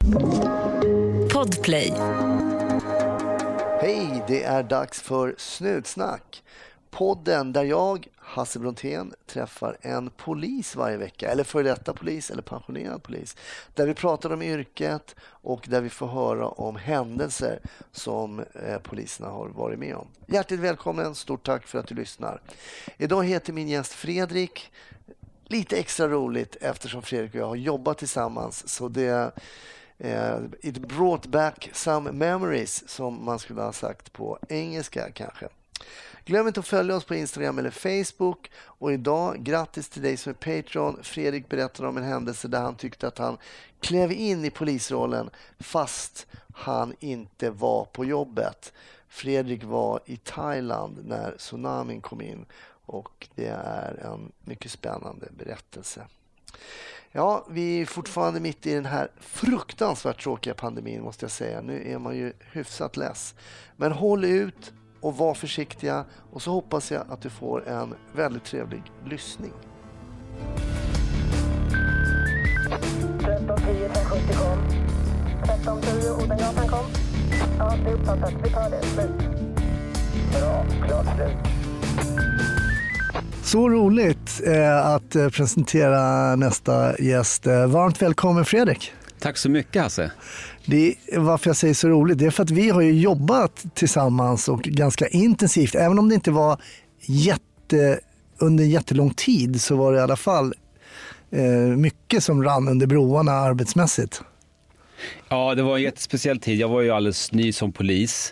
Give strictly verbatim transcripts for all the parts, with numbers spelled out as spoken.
Podplay. Hej, det är dags för Snutsnack. Podden där jag, Hasse Brontén, träffar en polis varje vecka. Eller för detta polis eller pensionerad polis. Där vi pratar om yrket och där vi får höra om händelser som eh, poliserna har varit med om. Hjärtligt välkommen, stort tack för att du lyssnar. Idag heter min gäst Fredrik. Lite extra roligt eftersom Fredrik och jag har jobbat tillsammans. Så det... Uh, it brought back some memories, som man skulle ha sagt på engelska kanske. Glöm inte att följa oss på Instagram eller Facebook. Och idag, grattis till dig som är Patreon. Fredrik berättar om en händelse där han tyckte att han klev in i polisrollen fast han inte var på jobbet. Fredrik var i Thailand när tsunamin kom in och det är en mycket spännande berättelse. Ja, vi är fortfarande mitt i den här fruktansvärt tråkiga pandemin, måste jag säga. Nu är man ju hyfsat less. Men håll ut och var försiktiga, och så hoppas jag att du får en väldigt trevlig lyssning. tretton tio sjuttio kom. tretton tio Odengatan kom. Ja, det är uppfattat. Vi tar det. Slut. Bra, klart slut. Så roligt eh, att eh, presentera nästa gäst. Eh, varmt välkommen Fredrik. Tack så mycket Hasse. Det är, varför jag säger så roligt, det är för att vi har ju jobbat tillsammans och ganska intensivt. Även om det inte var jätte, under jättelång tid, så var det i alla fall eh, mycket som rann under broarna arbetsmässigt. Ja, det var en jättespeciell tid. Jag var ju alldeles ny som polis.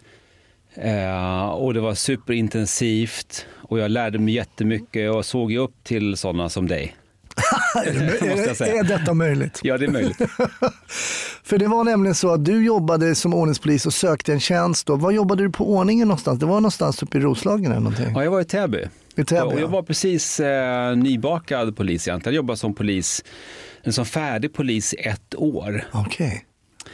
Eh, och det var superintensivt. Och jag lärde mig jättemycket och såg ju upp till sådana som dig. är, jag säga. är detta möjligt? Ja, det är möjligt. För det var nämligen så att du jobbade som ordningspolis och sökte en tjänst. Då. Var jobbade du på ordningen någonstans? Det var någonstans uppe i Roslagen eller någonting? Ja, jag var i Täby. I Täby, och jag ja. var precis eh, nybakad polis egentligen. Jag jobbade som polis, en som färdig polis i ett år. Okej. Okay.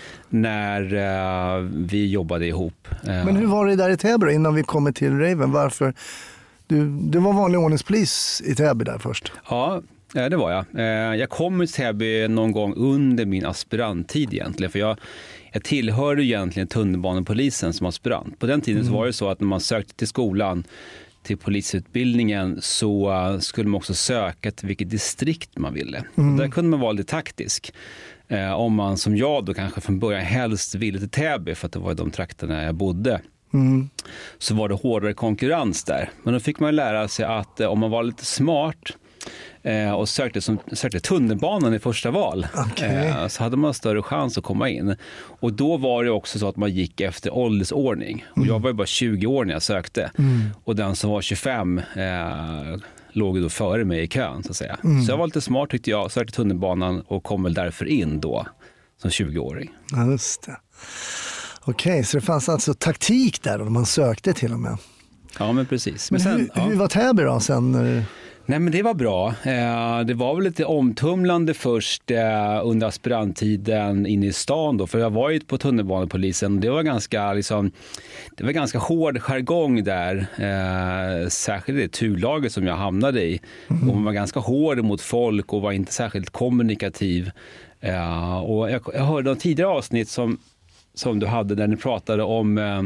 När uh, vi jobbade ihop. Uh, Men hur var det där i Täby innan vi kommer till Raven? Varför? Du, du var vanlig ordningspolis i Täby där först. Ja, det var jag. Uh, jag kom till Täby någon gång under min aspiranttid egentligen. För jag, jag tillhörde egentligen tunnelbanepolisen som aspirant. På den tiden mm. så var det så att när man sökte till skolan, till polisutbildningen, så uh, skulle man också söka till vilket distrikt man ville. Mm. Där kunde man vara lite taktisk. Eh, om man som jag då kanske från början helst ville till Täby, för att det var i de trakterna jag bodde. Mm. Så var det hårdare konkurrens där. Men då fick man lära sig att eh, om man var lite smart eh, och sökte, som, sökte tunnelbanan i första val, okay. eh, så hade man större chans att komma in. Och då var det också så att man gick efter åldersordning. Och mm. jag var ju bara tjugo år när jag sökte. Mm. Och den som var tjugofem eh, låg då före mig i kön, så att säga. Mm. Så jag var lite smart tyckte jag, sökte tunnelbanan och kom väl därför in då som tjugo-åring. Ja, just det. Okej, okay, så det fanns alltså taktik där då man sökte till och med. Ja, men precis. Men, men sen, hur, ja. hur var Täby då sen? När... Nej, men det var bra. Eh, det var väl lite omtumlande först eh, under aspiranttiden in i stan då, för jag var ju på tunnelbanepolisen och det var ganska liksom, det var ganska hård jargong där, eh, särskilt det turlaget som jag hamnade i. Mm. Och man var ganska hård mot folk och var inte särskilt kommunikativ. Eh, och jag, jag hörde någon tidigare avsnitt som, som du hade där ni pratade om eh,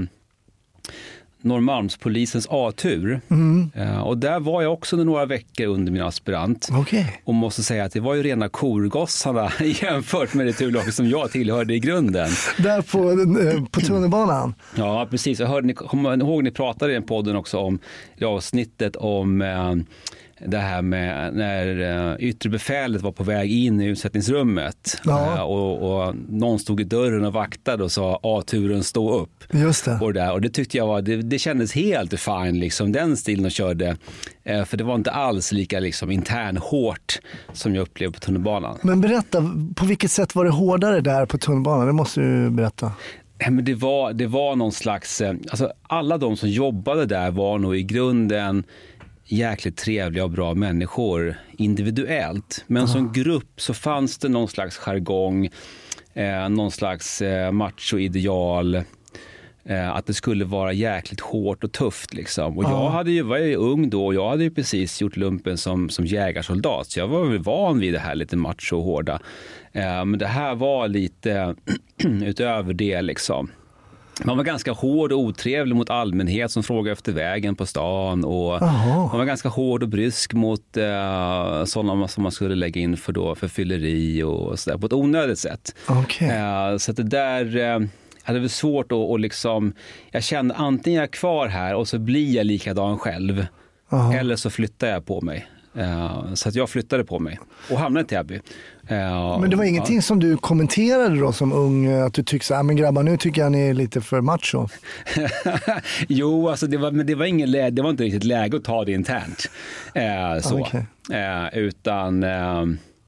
Norrmalmspolisens A-tur. Mm. Uh, och där var jag också några veckor under min aspirant. Okay. Och måste säga att det var ju rena korgossarna jämfört med det turlag som jag tillhörde i grunden. Där på, på tunnelbanan? Ja, precis. Jag hörde, ni, kom ihåg ni pratade i den podden också om i avsnittet om uh, det här med när uh, yttre befälet var på väg in i utsättningsrummet. Ja. Uh, och, och någon stod i dörren och vaktade och sa A-turen stå upp. Just det. Och, där, och det tyckte jag var, det, det kändes helt fine liksom, den stilen och körde. Uh, för det var inte alls lika liksom, intern hårt som jag upplevde på tunnelbanan. Men berätta, på vilket sätt var det hårdare där på tunnelbanan? Det måste du berätta. Men det var, det var någon slags, alltså alla de som jobbade där var nog i grunden jäkligt trevliga och bra människor individuellt. Men ah. som grupp så fanns det någon slags jargong, eh, någon slags eh, macho-ideal att det skulle vara jäkligt hårt och tufft liksom. Och jag ja. hade ju, var ju ung då och jag hade ju precis gjort lumpen som, som jägarsoldat, så jag var väl van vid det här lite macho och hårda. Men det här var lite utöver det liksom. Man var ganska hård och otrevlig mot allmänhet som frågade efter vägen på stan, och Aha. man var ganska hård och brysk mot eh, sådana som man skulle lägga in för, då, för fylleri och sådär på ett onödigt sätt. Okay. Eh, så att det där eh, hade väl svårt att och liksom, jag kände antingen jag är kvar här och så blir jag likadan själv, Aha. eller så flyttar jag på mig. Uh, så att jag flyttade på mig och hamnade i Täby. Uh, men det var ingenting uh, som du kommenterade då som ung, att du tyckte så här, men grabbar, nu tycker jag ni är lite för macho. Jo, alltså det var, men det var ingen lä- det var inte riktigt läge att ta det internt. Uh, så. Okay. Uh, utan uh,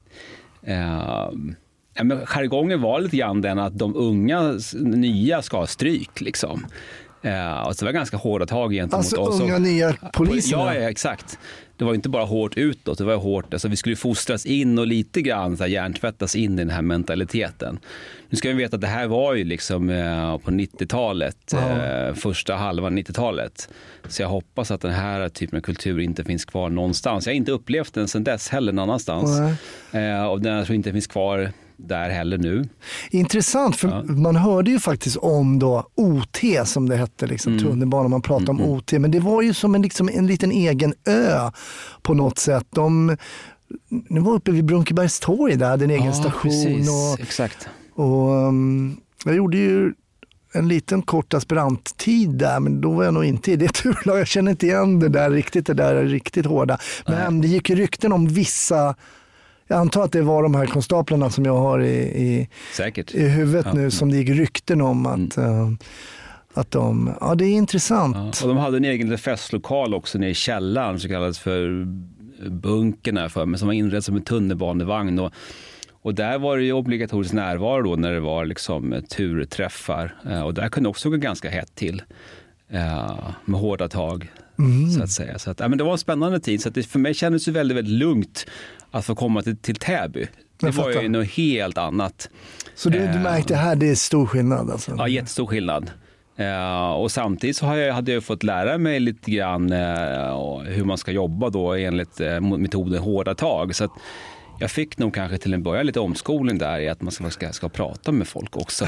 uh, ja, men jargongen var lite grann den att de unga, nya ska ha stryk liksom. Uh, och så var det ganska hårda tag gentemot alltså, oss. Alltså unga nya poliserna? Ja, exakt. Det var inte bara hårt utåt, det var hårt, alltså vi skulle fostras in och lite grann så här, hjärntvättas in i den här mentaliteten. Nu ska vi veta att det här var ju liksom eh, på nittiotalet, eh, första halvan nittiotalet. Så jag hoppas att den här typen av kultur inte finns kvar någonstans. Jag har inte upplevt den sedan dess heller någon annanstans. Eh, och den tror inte finns kvar där heller nu. Intressant, för ja. man hörde ju faktiskt om då O T som det hette, liksom, mm. tunnelbanan, man pratade mm. om O T, men det var ju som en, liksom, en liten egen ö på något sätt. De, nu var uppe vid Brunkebergs torg där, den egen ja, station. Precis. Och, exakt. Och um, jag gjorde ju en liten kort aspiranttid där, men då var jag nog inte i det turlag. Jag känner inte igen det där riktigt, det där riktigt hårda. Men Nej. det gick ju rykten om vissa. Jag antar att det var de här konstaplarna som jag har i, i, i huvudet ja. nu, som det gick rykten om att, mm. uh, att de, ja det är intressant. Ja. Och de hade en egen festlokal också nere i källaren som kallades för bunkerna för mig, som var inredd som en tunnelbanevagn, och, och där var det ju obligatorisk närvaro då när det var liksom turträffar, uh, och där kunde också gå ganska hett till uh, med hårda tag. Mm. Så att säga. Så att, ja, men det var en spännande tid, så att det för mig kändes det väldigt, väldigt lugnt att få komma till, till Täby. Det var ju något helt annat. Så du, du märkte här, det är stor skillnad? Alltså. Ja, jättestor skillnad. Uh, och samtidigt så har jag, hade jag fått lära mig lite grann uh, hur man ska jobba då enligt uh, metoden hårda tag. Så att jag fick nog kanske till en början lite omskolning där i att man ska, ska, ska prata med folk också.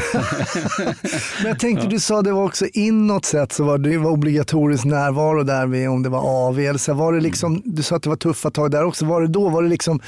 Men jag tänkte, ja. du sa det var också inåt sätt, så var det var obligatorisk närvaro där vid, om det var A V. Eller så var det liksom, mm. du sa att det var tuffa tag där också. Var det då, var det liksom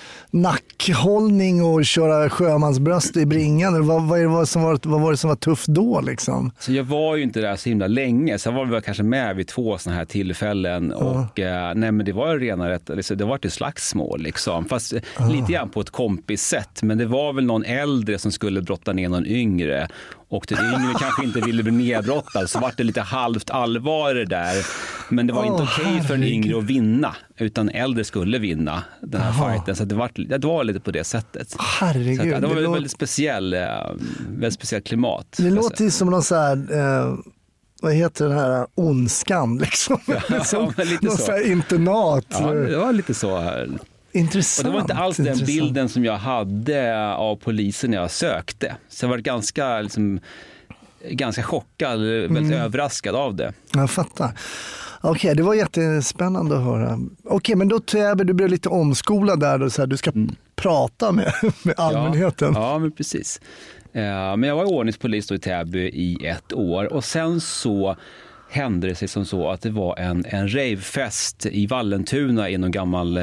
nackhållning och köra sjömansbröst i bringan? Vad, vad, vad, som var, vad var det som var tufft då liksom? Så jag var ju inte där så himla länge, så jag var väl kanske med vid två sådana här tillfällen, ja. och eh, nej men det var rena rätt, liksom, det var ett slagsmål liksom, fast ja. lite grann på ett kompissätt, men det var väl någon äldre som skulle brotta ner någon yngre, och den yngre kanske inte ville bli nedbrottad, så var det lite halvt allvar där, men det var oh, inte okej okay för en yngre att vinna, utan äldre skulle vinna den här Aha. fighten, så det var, det var lite på det sättet. Herregud, så att, ja, det var det väldigt, låter... väldigt speciell väldigt speciellt klimat. Det låter som någon så här, eh, vad heter den här ondskan liksom. Ja, som, ja, lite någon så. så här internat. Ja, det var lite så här. Intressant. Och det var inte alls den intressant. bilden som jag hade av polisen när jag sökte. Så jag var ganska, liksom, ganska chockad, väldigt mm. överraskad av det. Jag fattar. Okej, okay, det var jättespännande att höra. Okej, okay, men då Täby, du blev lite omskolad där då, så här, du ska mm. prata med, med allmänheten. Ja, ja, men precis. Uh, men jag var ordningspolis då i Täby i ett år, och sen så hände det sig som så att det var en, en ravefest i Vallentuna i någon gammal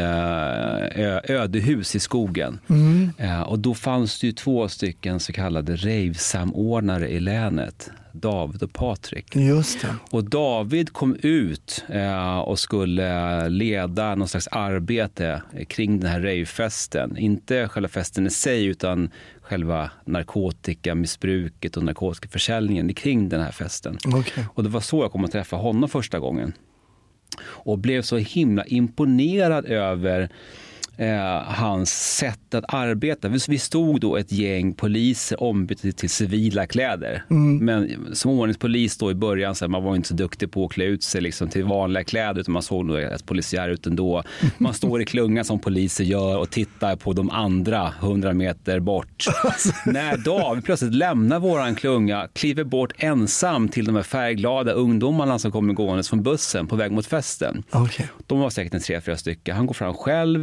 ö, ödehus i skogen. Mm. Uh, och då fanns det ju två stycken så kallade rave-samordnare i länet. David och Patrik. Just det. Och David kom ut eh, och skulle leda någon slags arbete kring den här ravefesten. Inte själva festen i sig, utan själva narkotikamissbruket och narkotikaförsäljningen kring den här festen. Okay. Och det var så jag kom att träffa honom första gången. Och blev så himla imponerad över eh, hans sätt att arbeta. Vi, vi stod då ett gäng poliser ombytt till, till civila kläder. Mm. Men som ordningspolis då i början så man var inte så duktig på att klä ut sig liksom, till vanliga kläder utan man såg nog ett polisiär ut ändå. Man står i klungan som poliser gör och tittar på de andra hundra meter bort. När David plötsligt lämnar våran klunga, kliver bort ensam till de här färgglada ungdomarna som kommer gående från bussen på väg mot festen. Okay. De var säkert en tre, fyra stycken. Han går fram själv,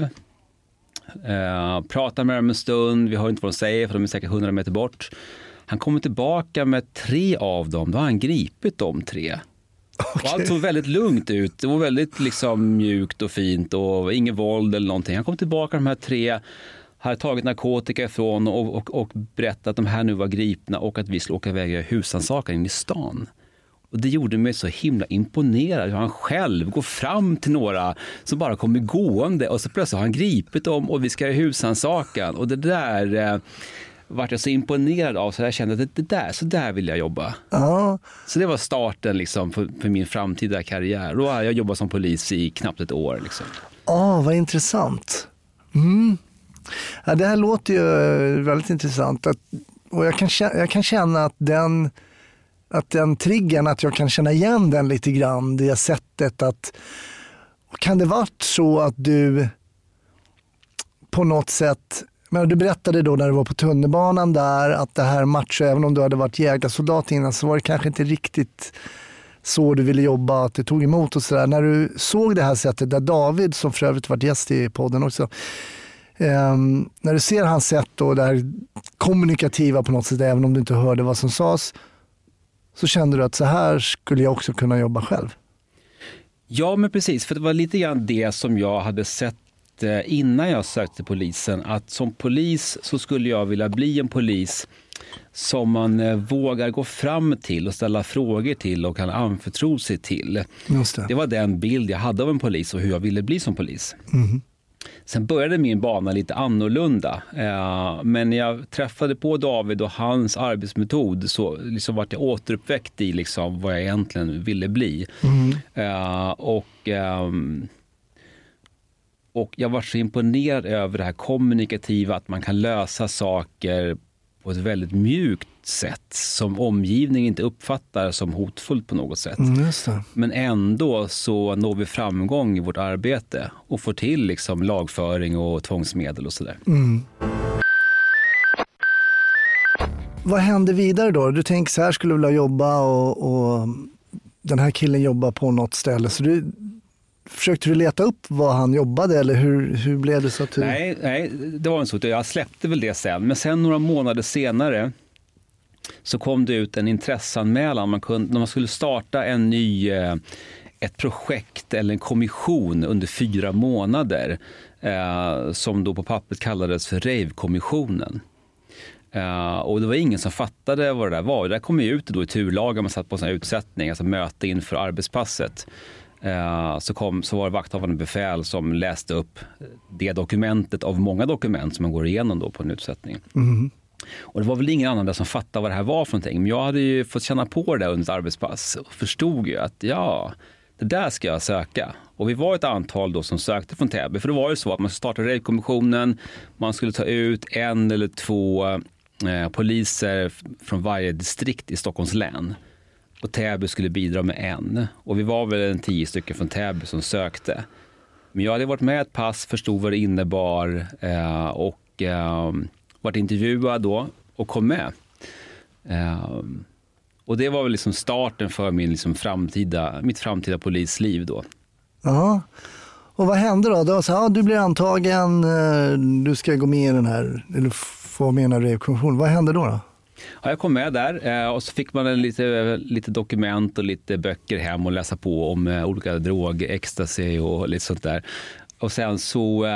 eh, pratar med dem en stund. Vi hör inte vad de säger för de är säkert hundra meter bort. Han kommer tillbaka med tre av dem. Då har han gripit de tre. Okay. Och allt såg väldigt lugnt ut. Det var väldigt liksom mjukt och fint och inget våld eller någonting. Han kom tillbaka de här tre, hade tagit narkotika ifrån och, och, och berättat att de här nu var gripna och att vi skulle åka iväg i husrannsakan in i stan. Och det gjorde mig så himla imponerad hur han själv går fram till några som bara kommer gående och så plötsligt har han gripit dem och vi ska i husrannsakan. Och det där eh, vart jag så imponerad av så jag kände att det där, så där vill jag jobba. Ja. Så det var starten liksom för, för min framtida karriär. Då har jag jobbat som polis i knappt ett år. Liksom. Ja, vad intressant. Mm. Ja, det här låter ju väldigt intressant. Att, och jag kan, jag kan känna att den... Att den triggern, att jag kan känna igen den lite grann, det sättet att, kan det varit så att du på något sätt, men du berättade då när du var på tunnelbanan där att det här matchen, även om du hade varit jägarsoldat innan så var det kanske inte riktigt så du ville jobba, att det tog emot och sådär. När du såg det här sättet där David, som för övrigt varit gäst i podden också, Um, när du ser hans sätt och det här kommunikativa på något sätt, även om du inte hörde vad som sades, så kände du att så här skulle jag också kunna jobba själv? Ja, men precis. För det var lite grann det som jag hade sett innan jag sökte polisen. Att som polis så skulle jag vilja bli en polis som man vågar gå fram till och ställa frågor till och kan anförtro sig till. Just det. Det var den bild jag hade av en polis och hur jag ville bli som polis. Mm. Sen började min bana lite annorlunda. Eh, men när jag träffade på David och hans arbetsmetod så liksom var jag återuppväckt i liksom vad jag egentligen ville bli. Mm. Eh, och, eh, och jag var så imponerad över det här kommunikativa, att man kan lösa saker på ett väldigt mjukt sätt som omgivningen inte uppfattar som hotfullt på något sätt. Mm, just det. Men ändå så når vi framgång i vårt arbete och får till liksom lagföring och tvångsmedel och sådär. Mm. Vad hände vidare då? Du tänker så här skulle du vilja jobba och, och den här killen jobbar på något ställe. Så du, försökte du leta upp vad han jobbade eller hur, hur blev det så att du... Nej, nej, det var en så. Jag släppte väl det sen. Men sen några månader senare så kom det ut en intresseanmälan. Man kunde, när man skulle starta en ny, ett projekt eller en kommission under fyra månader eh, som då på pappret kallades för Rave-kommissionen. Uh, och det var ingen som fattade vad det där var. Det där kom ju ut då i turlagen, man satt på en sån här utsättning, alltså möte inför arbetspasset. Uh, så, kom, så var det vakthavande befäl som läste upp det dokumentet av många dokument som man går igenom då på en utsättning. Mm. Och det var väl ingen annan där som fattade vad det här var för någonting. Men jag hade ju fått känna på det där under ett arbetspass och förstod ju att ja, det där ska jag söka. Och vi var ett antal då som sökte från Täby. För det var ju så att man startade Rave-kommissionen, man skulle ta ut en eller två eh, poliser från varje distrikt i Stockholms län. Och Täby skulle bidra med en. Och vi var väl en tio stycken från Täby som sökte. Men jag hade varit med ett pass, förstod vad det innebar eh, och eh, varit intervjuad då och kom med. Eh, och det var väl liksom starten för min liksom framtida, mitt framtida polisliv då. Ja. Och vad hände då? Det var så här, ja, du blir antagen, du ska gå med i den här, eller få med i den här Rave-kommissionen. Vad hände då då? Ja, jag kom med där och så fick man en lite, lite dokument och lite böcker hem och läsa på om olika droger, ecstasy och lite sånt där. Och sen så,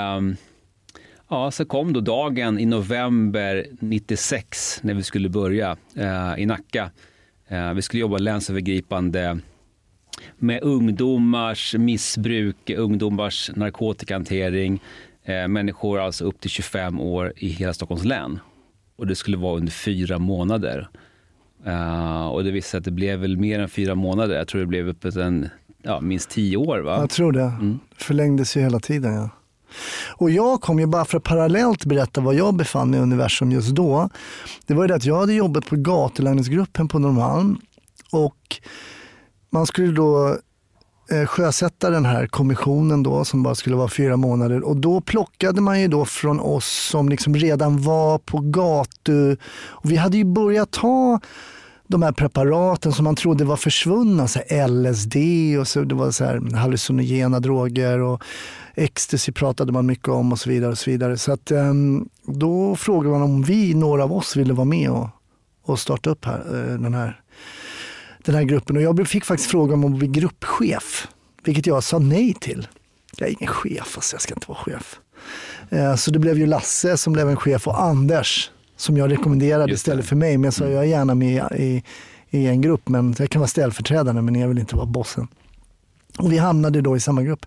ja, så kom då dagen i november nittiosex när vi skulle börja i Nacka. Vi skulle jobba länsövergripande med ungdomars missbruk, ungdomars narkotikahantering, människor alltså upp till tjugofem år i hela Stockholms län. Och det skulle vara under fyra månader. Uh, och det visste att det blev väl mer än fyra månader. Jag tror det blev upp en, ja, minst tio år, va? Jag tror det. Mm. Förlängdes ju hela tiden, ja. Och jag kom ju bara för att parallellt berätta vad jag befann mig i universum just då. Det var ju det att jag hade jobbat på gatulangningsgruppen på Norrmalm och man skulle då eh, sjösätta den här kommissionen då som bara skulle vara fyra månader och då plockade man ju då från oss som liksom redan var på gatu och vi hade ju börjat ta de här preparaten som man trodde var försvunna, så här L S D och så det var så här hallucinogena droger och ecstasy pratade man mycket om och så vidare och så vidare. Så att um, då frågade man om vi, några av oss, ville vara med och, och starta upp här, uh, den här den här gruppen. Och jag fick faktiskt fråga om att bli gruppchef, vilket jag sa nej till. Jag är ingen chef, alltså jag ska inte vara chef. Uh, så det blev ju Lasse som blev en chef och Anders som jag rekommenderade istället för mig. Men jag sa jag är gärna med i, i en grupp, men jag kan vara ställföreträdande, men jag vill inte vara bossen. Och vi hamnade då i samma grupp.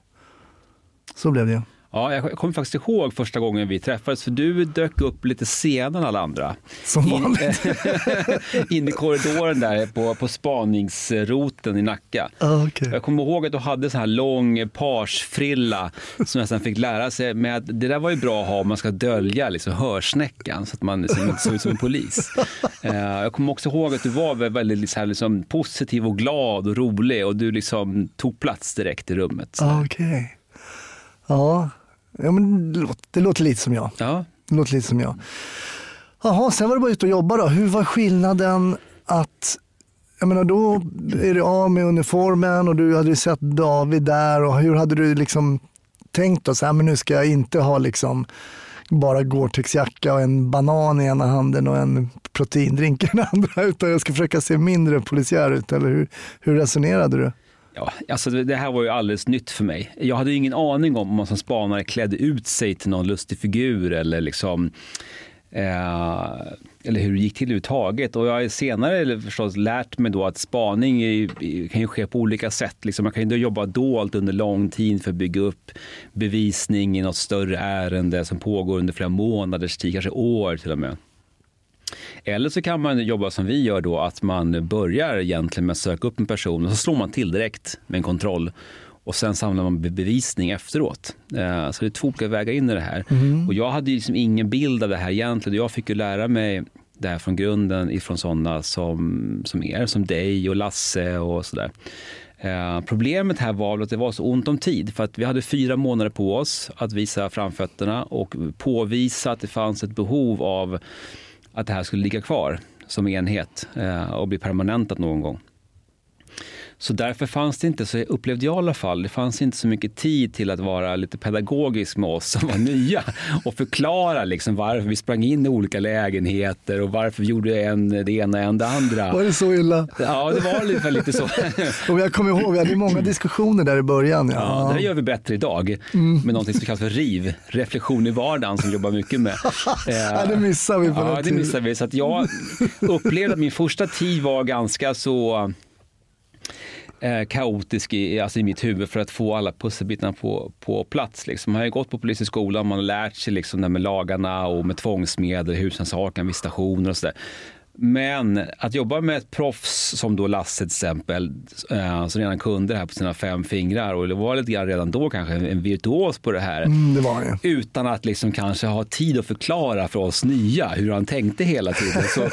Så blev det. Ja, jag kommer faktiskt ihåg första gången vi träffades, för du dök upp lite senare än alla andra. Som vanligt. In, in i korridoren där på, på spaningsroten i Nacka. Ah, okay. Jag kommer ihåg att du hade så här lång parsfrilla som jag sen fick lära sig med. Det där var ju bra att ha om man ska dölja liksom hörsnäckan så att man liksom inte såg ut som en polis. Uh, jag kommer också ihåg att du var väldigt liksom, liksom, positiv och glad och rolig och du liksom tog plats direkt i rummet. Ah, okej. Okay. Ja. Ja, men det låter, det låter lite som jag. Ja. Det låter lite som jag. Jaha, sen var det bara ut och jobba då. Hur var skillnaden att, jag menar då är du av med uniformen och du hade ju sett David där och hur hade du liksom tänkt då? Så här, men nu ska jag inte ha liksom bara Gore-Tex-jacka och en banan i ena handen och en proteindrink i den andra, utan jag ska försöka se mindre polisiär ut, eller hur, hur resonerade du? Ja, alltså det här var ju alldeles nytt för mig. Jag hade ju ingen aning om man som spanare klädde ut sig till någon lustig figur eller liksom eh, eller hur det gick till överhuvudtaget. Och jag har senare förstås lärt mig då att spaning är, kan ju ske på olika sätt. Liksom man kan ju då jobba dolt under lång tid för att bygga upp bevisning i något större ärende som pågår under flera månaders tid, kanske år till och med. Eller så kan man jobba som vi gör då, att man börjar egentligen med att söka upp en person och så slår man till direkt med en kontroll och sen samlar man bevisning efteråt. Så det är två olika vägar in i det här. Mm. Och jag hade ju liksom ingen bild av det här egentligen. Jag fick ju lära mig det här från grunden ifrån sådana som, som er, som dig och Lasse och sådär. Eh, problemet här var att det var så ont om tid, för att vi hade fyra månader på oss att visa framfötterna och påvisa att det fanns ett behov av att det här skulle ligga kvar som enhet eh, och bli permanentat någon gång. Så därför fanns det inte, så jag upplevde jag i alla fall, det fanns inte så mycket tid till att vara lite pedagogisk med oss som var nya och förklara liksom varför vi sprang in i olika lägenheter och varför vi gjorde en, det ena och en det andra. Var det så illa? Ja, det var lite, lite så. Och jag kommer ihåg, vi hade många diskussioner där i början. Ja, ja det gör vi bättre idag mm. med någonting som kallas för RIV, reflektion i vardagen, som jobbar mycket med. Ja, det missar vi på Ja, det missar vi. Så att jag upplevde att min första tid var ganska så Eh, kaotisk i, alltså i mitt huvud för att få alla pusselbitarna på, på plats. Liksom. Man har ju gått på polisskolan, man har lärt sig liksom det med lagarna och med tvångsmedel, husrannsakan, visitationer och sådär. Men att jobba med ett proffs som då Lasse till exempel, eh, som redan kunde det här på sina fem fingrar, och det var lite grann redan då kanske en virtuos på det här. Mm, det var det. Utan att liksom kanske ha tid att förklara för oss nya hur han tänkte hela tiden. Så,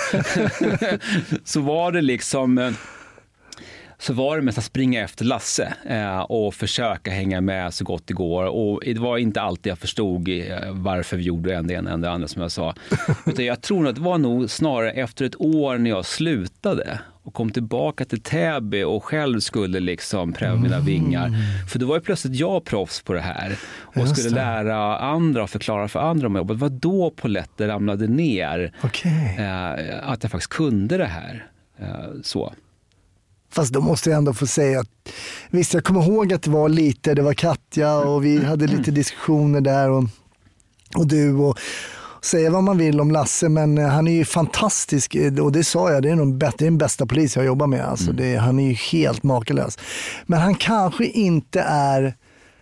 så var det liksom... så var det mest att springa efter Lasse eh, och försöka hänga med så gott det går. Och det var inte alltid jag förstod eh, varför vi gjorde en det ena än det andra, som jag sa. Utan jag tror att det var nog snarare efter ett år när jag slutade och kom tillbaka till Täby och själv skulle liksom pröva mina mm. vingar. För då var ju plötsligt jag proffs på det här och Just skulle det. lära andra och förklara för andra om jobbet. Det var då polletter ramlade ner okay. eh, att jag faktiskt kunde det här. Eh, så. Fast då måste jag ändå få säga att visst, jag kommer ihåg att det var lite, det var Katja och vi hade lite diskussioner där och, och du och säga vad man vill om Lasse, men han är ju fantastisk och det sa jag, det är nog bättre, det är den bästa polis jag jobbar med. Alltså det, han är ju helt makalös. Men han kanske inte är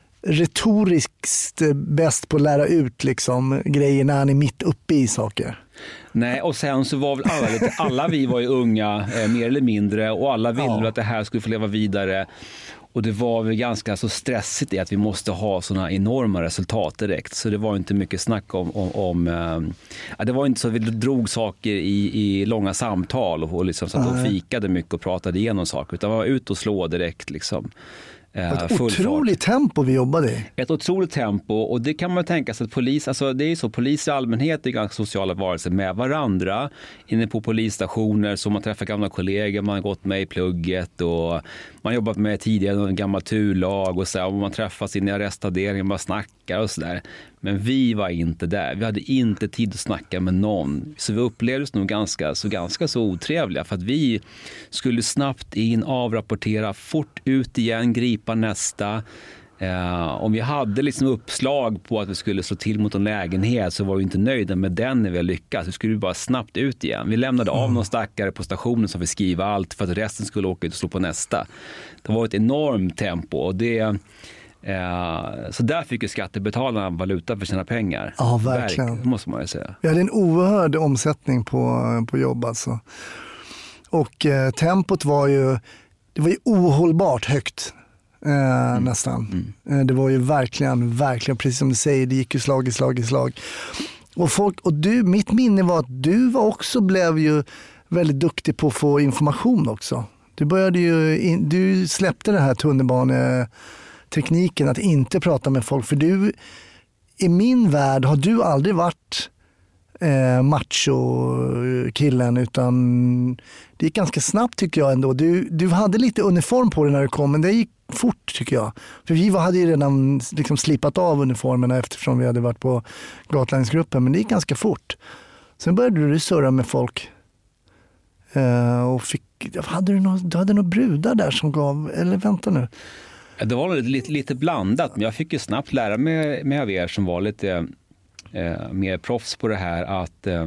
retoriskt bäst på att lära ut liksom grejer när han är mitt uppe i saker. Nej, och sen så var väl alla lite, alla vi var ju unga, eh, mer eller mindre, och alla ville ja. att det här skulle få leva vidare. Och Och det var väl ganska så stressigt i att vi måste ha sådana enorma resultat direkt. Så det var inte mycket snack om... om, om äh, ja, det var inte så att vi drog saker i, i långa samtal och, och liksom satt och fikade mycket och pratade igenom saker. Utan var ut och slå direkt liksom. Ett otroligt tempo vi jobbade i. Ett otroligt tempo, och det kan man tänka sig att polis, alltså det är så, polis i allmänhet är ganska sociala varelser med varandra. Inne på polisstationer så man träffar gamla kollegor, man har gått med i plugget och man jobbat med tidigare en gammal turlag och så, och man träffas inne i arrestavdelningen och bara snackar och sådär. Men vi var inte där. Vi hade inte tid att snacka med någon. Så vi upplevdes nog ganska så, ganska så otrevliga, för att vi skulle snabbt in, avrapportera, fort ut igen, gripa nästa. Eh, om vi hade liksom uppslag på att vi skulle slå till mot en lägenhet så var vi inte nöjda med den när vi lyckats. Vi skulle bara snabbt ut igen. Vi lämnade av mm. någon stackare på stationen som vi skriva allt för att resten skulle åka ut och slå på nästa. Det var ett enormt tempo, och det... Uh, så där fick ju skattebetalarna valuta för sina pengar. Ja, verkligen. Verk, måste man ju säga. Vi hade en oerhörd omsättning på, på jobb alltså. Och eh, tempot var ju, det var ju ohållbart högt eh, mm. nästan. Mm. Eh, det var ju verkligen, verkligen, precis som du säger, det gick ju slag i slag i slag. Och, folk, och du, mitt minne var att du var också blev ju väldigt duktig på att få information också. Du började ju, in, du släppte det här tunnelbane tekniken att inte prata med folk, för du, i min värld har du aldrig varit eh, macho-killen, utan det gick ganska snabbt tycker jag ändå. Du, du hade lite uniform på dig när du kom, men det gick fort tycker jag. För vi hade ju redan liksom slipat av uniformerna eftersom vi hade varit på gatläggningsgruppen, men det gick ganska fort. Sen började du surra med folk eh, och fick, hade du, några, du hade några brudar där som gav, eller vänta nu. Det var lite, lite blandat, men jag fick ju snabbt lära mig med av er som var lite eh, mer proffs på det här att, eh,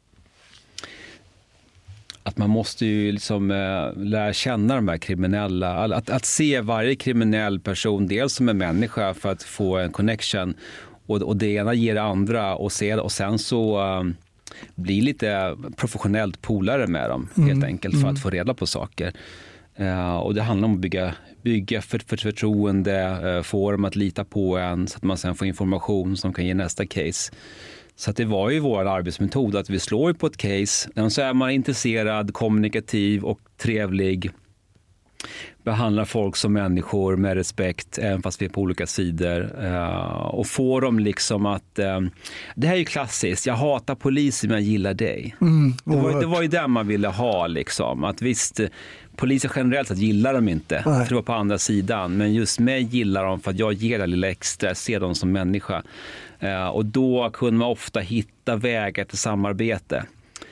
att man måste ju liksom eh, lära känna de här kriminella, att, att se varje kriminell person dels som en människa för att få en connection, och, och det ena ger det andra, och, se, och sen så eh, bli lite professionellt polare med dem helt mm. enkelt för att få reda på saker. Uh, och det handlar om att bygga, bygga för, för förtroende, uh, få dem att lita på en så att man sen får information som kan ge nästa case. Så att det var ju vår arbetsmetod att vi slår på ett case, och så är man intresserad, kommunikativ och trevlig, behandlar folk som människor med respekt även fast vi är på olika sidor, uh, och får dem liksom att uh, det här är ju klassiskt, jag hatar polisen men jag gillar dig. Mm, det, var, det var ju det man ville ha liksom, att visst, poliser generellt sett gillar dem inte, för det var på andra sidan, men just mig gillar dem för att jag ger det lilla extra, ser dem som människa, uh, och då kunde man ofta hitta vägar till samarbete.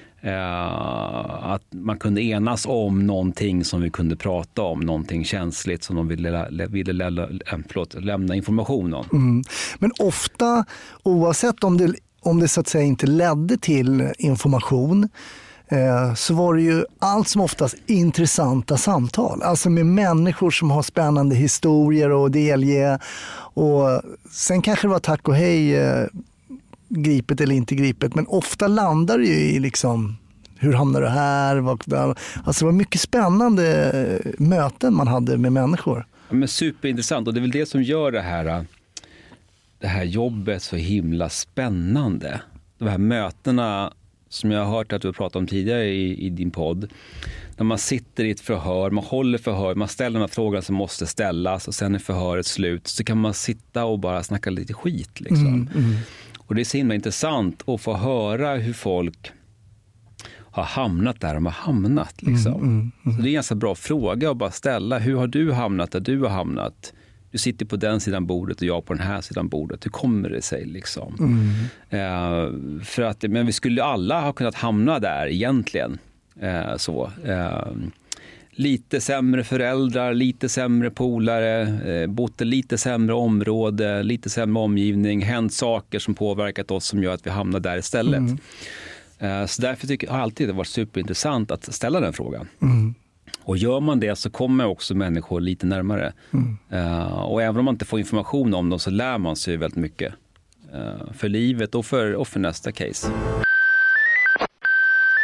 Uh, att man kunde enas om någonting som vi kunde prata om, någonting känsligt som de ville, ville lä, lä, förlåt, lämna information om. Mm. Men ofta, oavsett om det, om det så att säga inte ledde till information, eh, så var det ju allt som oftast intressanta samtal. Alltså med människor som har spännande historier att delge, och sen kanske det var tack och hej, eh, gripet eller inte gripet, men ofta landar det ju i liksom, hur hamnar du här? Alltså det var mycket spännande möten man hade med människor. Ja, men superintressant, och det är väl det som gör det här, det här jobbet så himla spännande. De här mötena som jag har hört att du har pratat om tidigare i, i din podd, när man sitter i ett förhör, man håller förhör, man ställer de här frågorna som måste ställas, och sen är förhöret slut så kan man sitta och bara snacka lite skit liksom. Mm, mm. Och det är så himla intressant att få höra hur folk har hamnat där de har hamnat. Liksom. Mm, mm, mm. Så det är en ganska bra fråga att bara ställa. Hur har du hamnat där du har hamnat? Du sitter på den sidan bordet och jag på den här sidan bordet. Hur kommer det sig? Liksom? Mm. Uh, för att, men vi skulle alla ha kunnat hamna där egentligen. Uh, så. Uh, lite sämre föräldrar, lite sämre polare, eh, bott i lite sämre område, lite sämre omgivning, hänt saker som påverkat oss som gör att vi hamnar där istället. Mm. Eh, så därför tycker jag alltid det har varit superintressant att ställa den frågan. Mm. Och gör man det så kommer också människor lite närmare. Mm. Eh, och även om man inte får information om dem så lär man sig väldigt mycket. Eh, för livet och för, och för nästa case.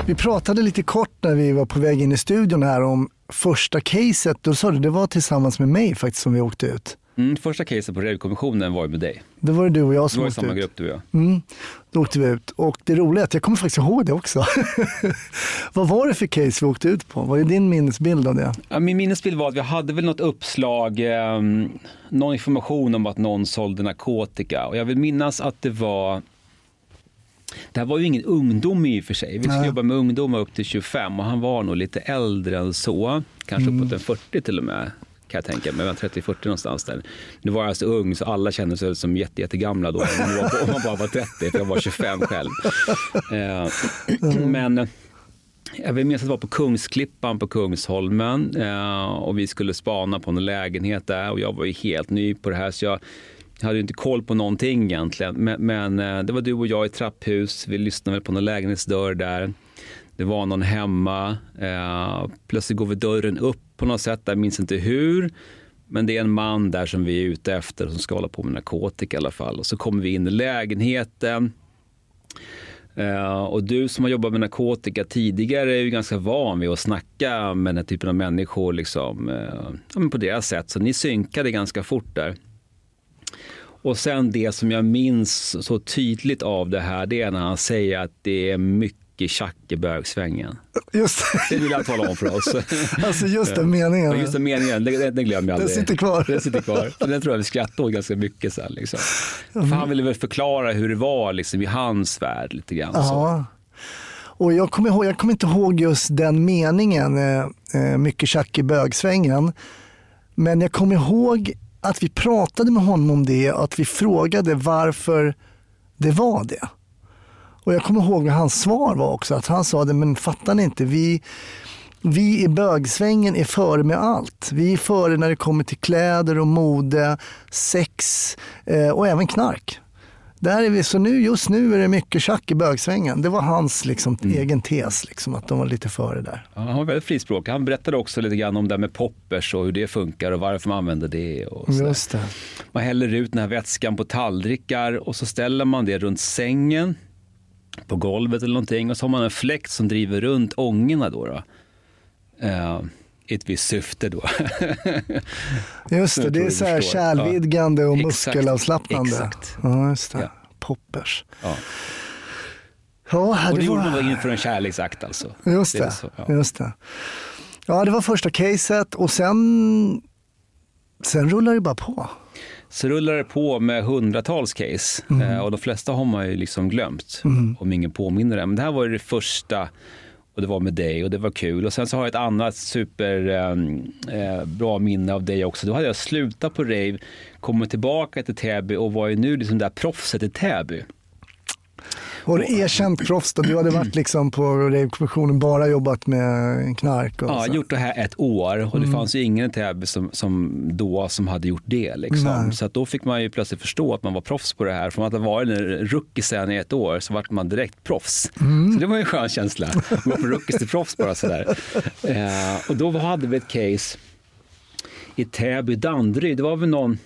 Vi pratade lite kort när vi var på väg in i studion här om första caset. Då sa du det var tillsammans med mig faktiskt som vi åkte ut. Mm, första caset på Revkommissionen var ju med dig. Det var det du och jag som åkte åkte ut. Det var i samma ut. grupp du och jag. Mm, då åkte vi ut. Och det roliga är att jag kommer faktiskt ihåg det också. Vad var det för case vi åkte ut på? Vad är din minnesbild av det? Ja, min minnesbild var att vi hade väl något uppslag, eh, någon information om att någon sålde narkotika. Och jag vill minnas att det var... Det här var ju ingen ungdom i och för sig. Vi skulle Nej. jobba med ungdomar upp till tjugofem och han var nog lite äldre än så. Kanske mm. uppåt en fyrtio till och med. Kan jag tänka mig, trettio fyrtio någonstans där. Nu var jag så ung så alla kände sig som jätte, jättegamla då. Om man bara var trettio, för jag var tjugofem själv. Eh, mm. Men jag vill minnas att det var på Kungsklippan på Kungsholmen. Eh, och vi skulle spana på en lägenhet där. Och jag var ju helt ny på det här så jag hade ju inte koll på någonting egentligen. Men, men det var du och jag i trapphus. Vi lyssnade på någon lägenhetsdörr där. Det var någon hemma. Eh, plötsligt går vi dörren upp på något sätt. Jag minns inte hur. Men det är en man där som vi är ute efter som ska hålla på med narkotika i alla fall. Och så kommer vi in i lägenheten. Eh, och du som har jobbat med narkotika tidigare är ju ganska van vid att snacka med den här typen av människor liksom, eh, ja, men på deras sätt. Så ni synkade ganska fort där. Och sen det som jag minns så tydligt av det här, det är när han säger att det är mycket tjack i bögsvängen. Just det. Det vill jag tala om för oss. Alltså just den meningen. Ja, just den meningen, det, det glömmer jag aldrig. Den sitter kvar. Den sitter kvar. Den tror jag vi skrattade åt ganska mycket sen. Liksom. Mm. För han ville väl förklara hur det var liksom, i hans värld lite grann. Ja. Och jag kommer, ihåg, jag kommer inte ihåg just den meningen, eh, mycket tjack i bögsvängen. Men jag kommer ihåg att vi pratade med honom om det och att vi frågade varför det var det. Och jag kommer ihåg vad hans svar var också. Att han sa det, men fattar ni inte, vi, vi i bögsvängen är före med allt. Vi är före när det kommer till kläder och mode, sex eh, och även knark. Där är vi, så nu, just nu är det mycket tjack i bögsvängen. Det var hans liksom, mm. egen tes, liksom, att de var lite före där. Ja, han var väldigt frispråkig. Han berättade också lite grann om det med poppers och hur det funkar och varför man använder det. Och just det. Man häller ut den här vätskan på tallrikar och så ställer man det runt sängen på golvet eller någonting och så har man en fläkt som driver runt ångorna då. då. Uh, i ett visst syfte då. Just det, det är så här kärlvidgande ja. och muskelavslappnande. Exakt. Ja, just det. Ja. Poppers. Ja. Ja, och det, det gjorde var... man inför en kärleksakt alltså. Just det, det så, ja. just det. Ja, det var första caset och sen, sen rullar det bara på. Så rullar det på med hundratals case mm. eh, och de flesta har man ju liksom glömt mm. om ingen påminner det. Men det här var det första och det var med dig och det var kul. Och sen så har jag ett annat superbra eh, minne av dig också. Då hade jag slutat på rave, kommit tillbaka till Täby och var ju nu liksom där proffset i Täby. Var du erkänt proffs då? Du hade varit liksom på rave-kommissionen bara jobbat med knark? Och ja, så. Gjort det här ett år och det mm. fanns ju ingen i Täby som, som då som hade gjort det. Liksom. Så att då fick man ju plötsligt förstå att man var proffs på det här. Från att ha varit en rookie sen i ett år så var man direkt proffs. Mm. Så det var ju en skön känsla. Man var från rookies till proffs bara sådär. Eh, och då hade vi ett case i Täby, Danderyd. Det var väl någon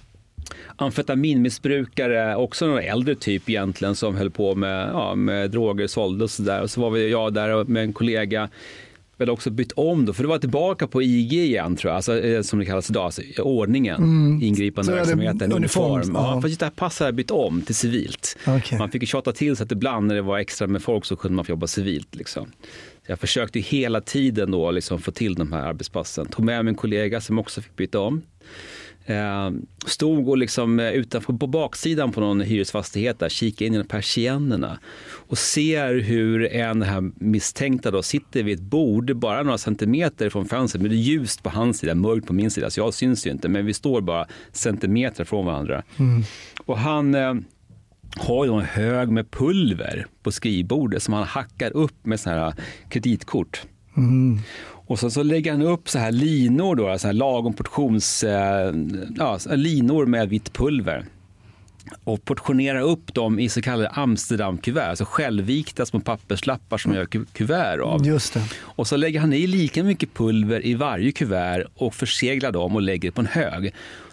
amfetaminmissbrukare, också någon äldre typ egentligen som höll på med, ja, med droger, sålde och sådär. Och så var vi, jag där med en kollega, väl också bytt om då, för det var tillbaka på I G igen tror jag, alltså, som det kallas idag, alltså, ordningen, mm. ingripande verksamheten, uniform. uniform. Ja, ja. För just det här passade bytt om till civilt. Okay. Man fick ju tjata till sig att ibland när det var extra med folk så kunde man få jobba civilt liksom. Så jag försökte hela tiden då liksom få till de här arbetspassen. Tog med min kollega som också fick byta om. Eh, stod och liksom utanför på baksidan på någon hyresfastighet där, kikade in i persiennerna och ser hur en här misstänkta då sitter vid ett bord bara några centimeter från fönstret, men det är ljust på hans sida, mörkt på min sida, så jag syns ju inte, men vi står bara centimeter från varandra. Mm. Och han eh, har ju en hög med pulver på skrivbordet som han hackar upp med såna här kreditkort. Mm. Och så, så lägger han upp så här linor då, så här lagom portions eh, ja, linor med vitt pulver. Och portionerar upp dem i så kallade Amsterdam-kuvert, alltså självvikta små papperslappar som gör ku- kuvert av. Just det. Och så lägger han i lika mycket pulver i varje kuvert och förseglar dem och lägger på en hög.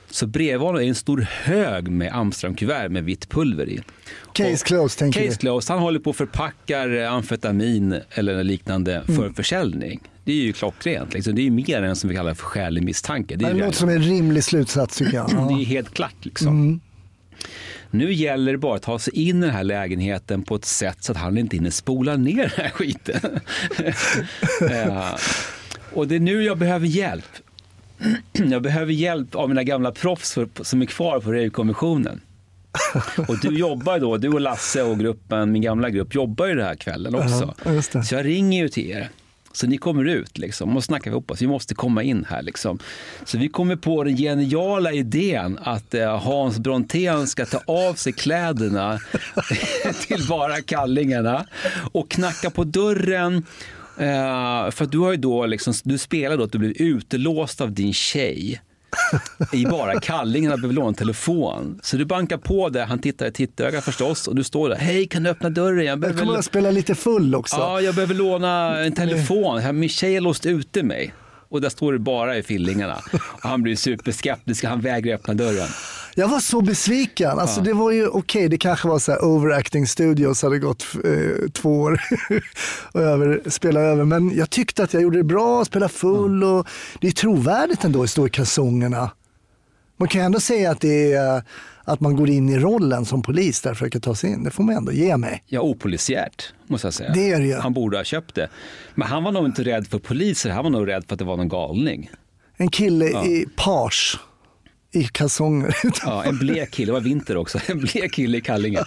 Så bredvid honom är en stor hög med Amsterdam-kuvert med vitt pulver i. Case closed, tänker Case du? closed. Han håller på och förpackar amfetamin eller liknande för mm. försäljning. Det är ju klockrent. Liksom. Det är ju mer än som vi kallar för skälig misstanke. Det, är det låter som en rimlig slutsats, tycker jag. Ja. Det är helt klart. Liksom. Mm. Nu gäller det bara att ta sig in i den här lägenheten på ett sätt så att han inte hinner spola ner den här skiten. uh, och det är nu jag behöver hjälp. Jag behöver hjälp av mina gamla proffs för, som är kvar på Rave-kommissionen. Och du jobbar då, du och Lasse och gruppen, min gamla grupp, jobbar ju den här kvällen också. Ja, så jag ringer ju till er. Så ni kommer ut liksom och snackar ihop oss. Vi måste komma in här liksom. Så vi kommer på den geniala idén att eh, Hans Brontén ska ta av sig kläderna till bara kallingarna och knacka på dörren. Eh, för att du har ju då liksom, du spelar då att du blir utelåst av din tjej i bara kallingarna, behöver låna en telefon. Så du bankar på det, han tittar i tittöga förstås och du står där, hej kan du öppna dörren? Jag, jag kommer att spela lite full också. Ja, jag behöver låna en telefon, min tjej har låst ute mig. Och där står det bara i fillingarna. Och han blir superskeptisk, han vägrar öppna dörren. Jag var så besviken. Alltså ja. Det var ju okej, okay, det kanske var så här overacting studios hade gått eh, två år och över, spela över. Men jag tyckte att jag gjorde det bra, spela full mm. och det är trovärdigt ändå att stå i kalsongerna. Man kan ändå säga att det är att man går in i rollen som polis där för att ta sig in. Det får man ändå ge mig. Ja, opolisiärt måste jag säga. Det är det ju. Han borde ha köpt det. Men han var nog inte rädd för poliser, han var nog rädd för att det var någon galning. En kille ja. i page. I kalsonger. Ja, en blek kille, det var vinter också. En blek kille i kallingen.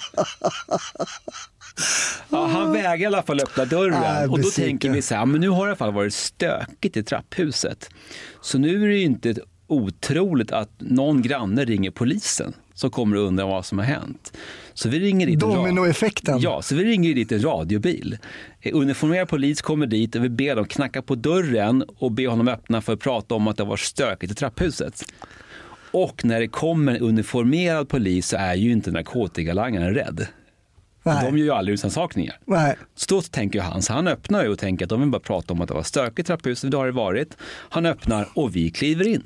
Ja, han väger i alla fall öppna dörren. Äh, och då tänker vi så här, men nu har det i alla fall varit stökigt i trapphuset. Så nu är det ju inte otroligt att någon granne ringer polisen som kommer att undra vad som har hänt. Så vi ringer dit Dominoeffekten. Ja, så vi ringer dit en radiobil. Uniformerad polis kommer dit och vi ber dem knacka på dörren och be honom öppna för att prata om att det var stökigt i trapphuset. Och när det kommer en uniformerad polis så är ju inte narkotikalangaren rädd. Nej. De gör ju aldrig utsansakningar. Nej. Så då tänker han, så han öppnar ju och tänker att de vill bara prata om att det var stökigt i trapphuset, det har det varit. Han öppnar och vi kliver in.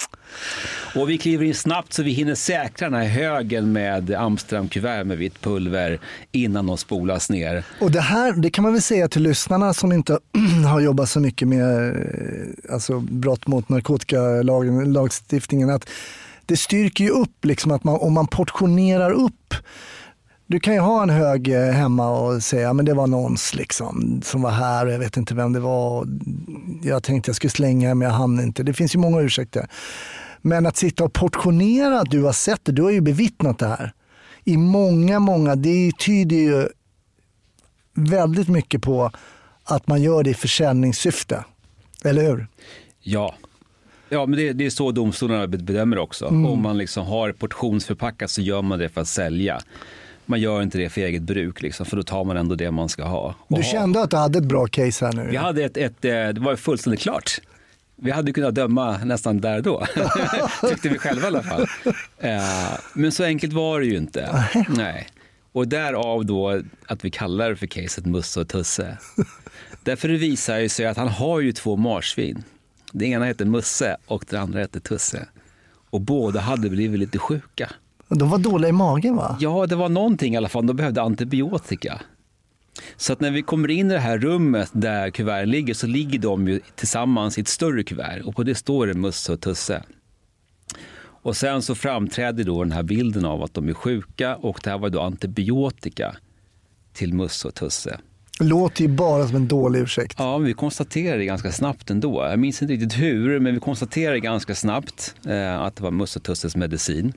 Och vi kliver in snabbt så vi hinner säkra den här högen med Amsterdam-kuvert med vitt pulver innan de spolas ner. Och det här, det kan man väl säga till lyssnarna som inte har jobbat så mycket med alltså, brott mot narkotikalagstiftningen, att det styrker ju upp liksom att man, om man portionerar upp. Du kan ju ha en hög hemma och säga men det var någons liksom, som var här och jag vet inte vem det var. Jag tänkte jag skulle slänga men jag hann inte. Det finns ju många ursäkter. Men att sitta och portionera, du har sett det, du har ju bevittnat det här. I många, många, det tyder ju väldigt mycket på att man gör det i försäljningssyfte. Eller hur? Ja. Ja, men det, det är så domstolarna bedömer också. Mm. Om man liksom har portionsförpackat så gör man det för att sälja. Man gör inte det för eget bruk, liksom, för då tar man ändå det man ska ha. Och du kände att du hade ett bra case här nu? Vi hade ett, ett, det var fullständigt klart. Vi hade kunnat döma nästan där då. Tyckte vi själva i alla fall. Men så enkelt var det ju inte. Nej. Och därav då att vi kallar det för caset Musse och Tusse. Därför det visar ju sig att han har ju två marsvin. Det ena heter Musse och det andra heter Tusse. Och båda hade blivit lite sjuka. De var dåliga i magen, va? Ja, det var någonting i alla fall. De behövde antibiotika. Så att när vi kommer in i det här rummet där kuverten ligger så ligger de ju tillsammans i ett större kuvert. Och på det står det Musse och Tusse. Och sen så framträder då den här bilden av att de är sjuka. Och det här var då antibiotika till Musse och Tusse. Låter ju bara som en dålig ursäkt. Ja, vi konstaterade ganska snabbt ändå. Jag minns inte riktigt hur, men vi konstaterade ganska snabbt eh, att det var Musse och Tusses medicin.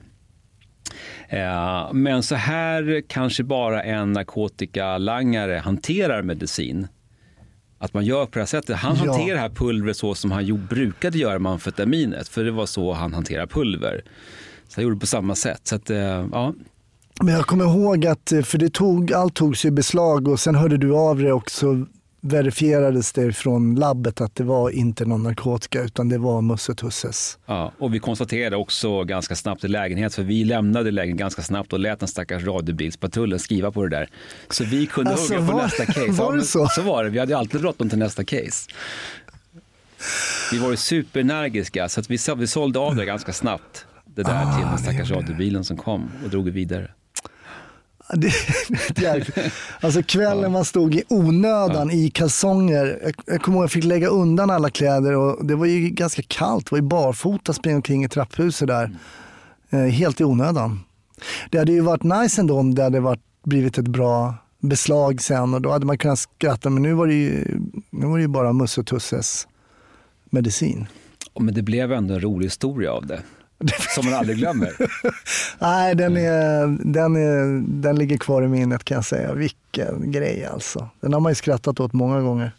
Eh, men så här kanske bara en narkotikalangare hanterar medicin. Att man gör på det här sättet. Han ja. hanterar det här pulvret så som han ju brukade göra med amfetaminet. För det var så han hanterar pulver. Så han gjorde det på samma sätt. Så att, eh, ja... Men jag kommer ihåg att, för det tog, allt togs i beslag och sen hörde du av det och så verifierades det från labbet att det var inte någon narkotika utan det var Musse Tusses. Ja, och vi konstaterade också ganska snabbt i lägenhet, för vi lämnade lägenheten ganska snabbt och lät den stackars radiobilspatrullen skriva på det där. Så vi kunde alltså, hugga på var, nästa case. Var det så? Ja, så var det, vi hade alltid bråttom till nästa case. Vi var ju superenergiska så att vi, vi sålde av det ganska snabbt. det där Ah, till den stackars det gjorde radiobilen som kom och drog vidare. Det, det är, alltså kvällen ja. man stod i onödan ja. i kalsonger. Jag, jag kommer ihåg att jag fick lägga undan alla kläder och det var ju ganska kallt. Det var ju barfota springa omkring i trapphuset där. Mm. Eh, helt i onödan. Det hade ju varit nice ändå om det hade varit, blivit ett bra beslag sen och då hade man kunnat skratta, men nu var det ju, nu var det ju bara Musse och Tusses medicin. Men det blev ändå en rolig historia av det. Som man aldrig glömmer. Nej, den, är, den, är, den ligger kvar i minnet kan jag säga. Vilken grej alltså. Den har man ju skrattat åt många gånger.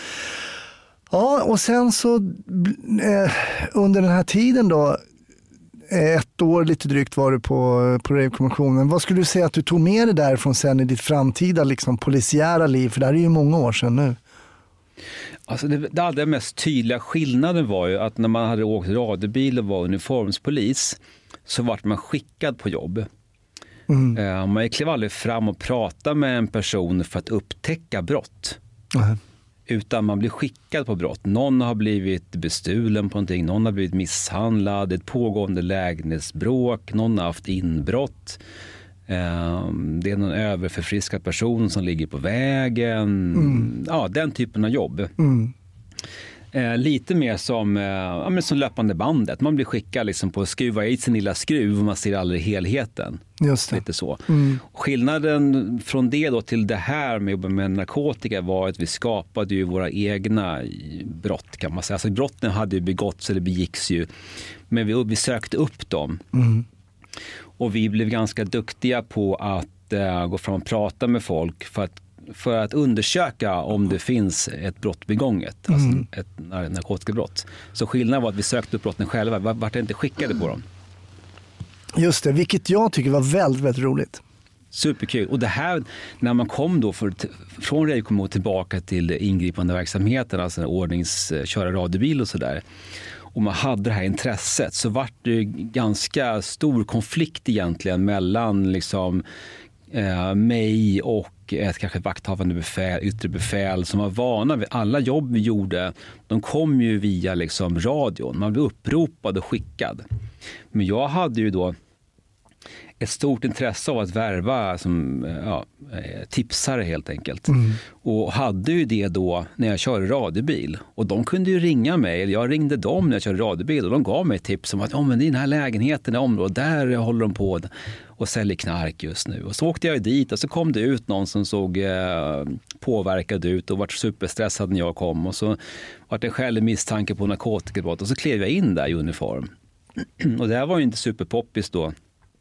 Ja, och sen så eh, under den här tiden då, ett år lite drygt var du på, på Rave-kommissionen. Vad skulle du säga att du tog med dig därifrån sen i ditt framtida liksom, polisiära liv? För det här är ju många år sedan nu. Alltså det, det allra mest tydliga skillnaden var ju att när man hade åkt radiobil och var uniformspolis så vart man skickad på jobb. Mm. Uh, man klev aldrig fram och pratade med en person för att upptäcka brott. Mm. Utan man blir skickad på brott. Någon har blivit bestulen på någonting, någon har blivit misshandlad, ett pågående lägenhetsbråk, någon har haft inbrott. Det är någon överförfriskad person som ligger på vägen. Mm. Ja, den typen av jobb. Mm. Eh, lite mer som, eh, ja, men som löpande bandet. Man blir skickad liksom på att skruva i sin lilla skruv och man ser aldrig helheten. Just det. Lite så. Mm. Skillnaden från det då till det här med att jobba med narkotika var att vi skapade ju våra egna brott kan man säga. Alltså brotten hade ju begåtts eller begicks ju. Men vi, vi sökte upp dem. Mm. Och vi blev ganska duktiga på att uh, gå fram och prata med folk för att, för att undersöka om det finns ett brott begånget, mm. alltså ett narkotikabrott. Så skillnaden var att vi sökte upp brotten själva, vart inte skickade på dem. Just det, vilket jag tycker var väldigt, väldigt roligt. Superkul. Och det här, när man kom då för, från Rave tillbaka till ingripande verksamheten, alltså ordnings, köra radiobil och sådär. Och man hade det här intresset så var det ganska stor konflikt egentligen mellan liksom, eh, mig och ett kanske vakthavande befäl, yttre befäl som var vana vid alla jobb vi gjorde. De kom ju via liksom, radion. Man blev uppropad och skickad. Men jag hade ju då ett stort intresse av att värva som ja, tipsare helt enkelt. Mm. Och hade ju det då när jag körde radiobil. Och de kunde ju ringa mig, eller jag ringde dem när jag körde radiobil och de gav mig tips om att oh, men i den här lägenheten i området, där håller de på och säljer knark just nu. Och så åkte jag dit och så kom det ut någon som såg eh, påverkad ut och var superstressad när jag kom. Och så var det själv misstanke på narkotikabrott och så klev jag in där i uniform. Och det här var ju inte superpoppis då.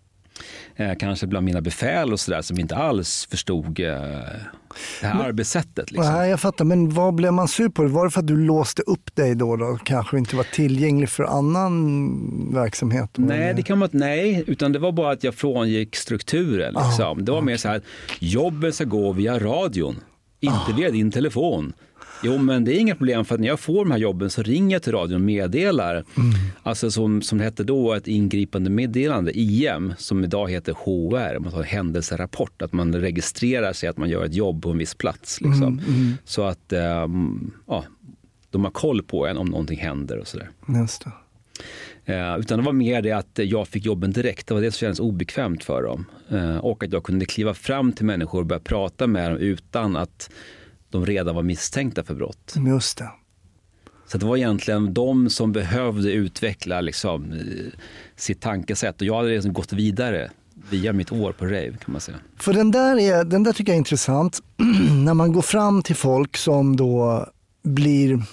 Eh, kanske bland mina befäl och sådär som inte alls förstod eh, det här men, arbetssättet. Liksom. Nej, jag fattar, men vad blev man sur på? Var det för att du låste upp dig då? då? Kanske inte var tillgänglig för annan verksamhet? Nej, det kan man, nej, utan det var bara att jag frångick strukturen. Liksom. Ah, det var okay. mer så här, jobben ska gå via radion, inte ah. via din telefon. Jo, men det är inga problem för att när jag får de här jobben så ringer jag till radion och meddelar. Mm. Alltså som, som det hette då ett ingripande meddelande, I M, som idag heter H R. Man tar en händelserapport, att man registrerar sig att man gör ett jobb på en viss plats. Liksom. Mm, mm. Så att um, ja, de har koll på en om någonting händer och sådär. Just det. Uh, utan det var mer det att jag fick jobben direkt. Det var det som kändes obekvämt för dem. Uh, och att jag kunde kliva fram till människor och börja prata med dem utan att de redan var misstänkta för brott. Just det. Så det var egentligen de som behövde utveckla liksom, sitt tankesätt. Och jag hade liksom gått vidare via mitt år på Rave kan man säga. För den där, är, den där tycker jag är intressant. När man går fram till folk som då blir...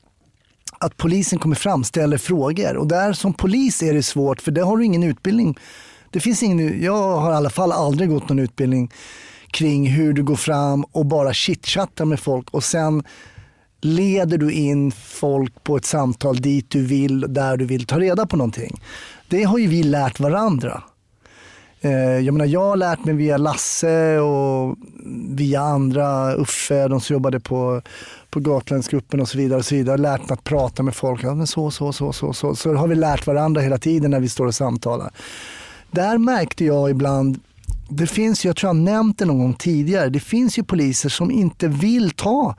Att polisen kommer fram, ställer frågor. Och där som polis är det svårt för det har du ingen utbildning. Det finns ingen, jag har i alla fall aldrig gått någon utbildning kring hur du går fram och bara chitchattar med folk och sen leder du in folk på ett samtal dit du vill, där du vill ta reda på någonting. Det har ju vi lärt varandra. Jag menar, jag har lärt mig via Lasse och via andra, Uffe, de som jobbade på, på Gatlandsgruppen och så vidare och så vidare. Lärt mig att prata med folk. Ja, men så, så, så, så, så. Så har vi lärt varandra hela tiden när vi står och samtalar. Där märkte jag ibland, det finns, jag tror jag nämnt det någon gång tidigare, det finns ju poliser som inte vill ta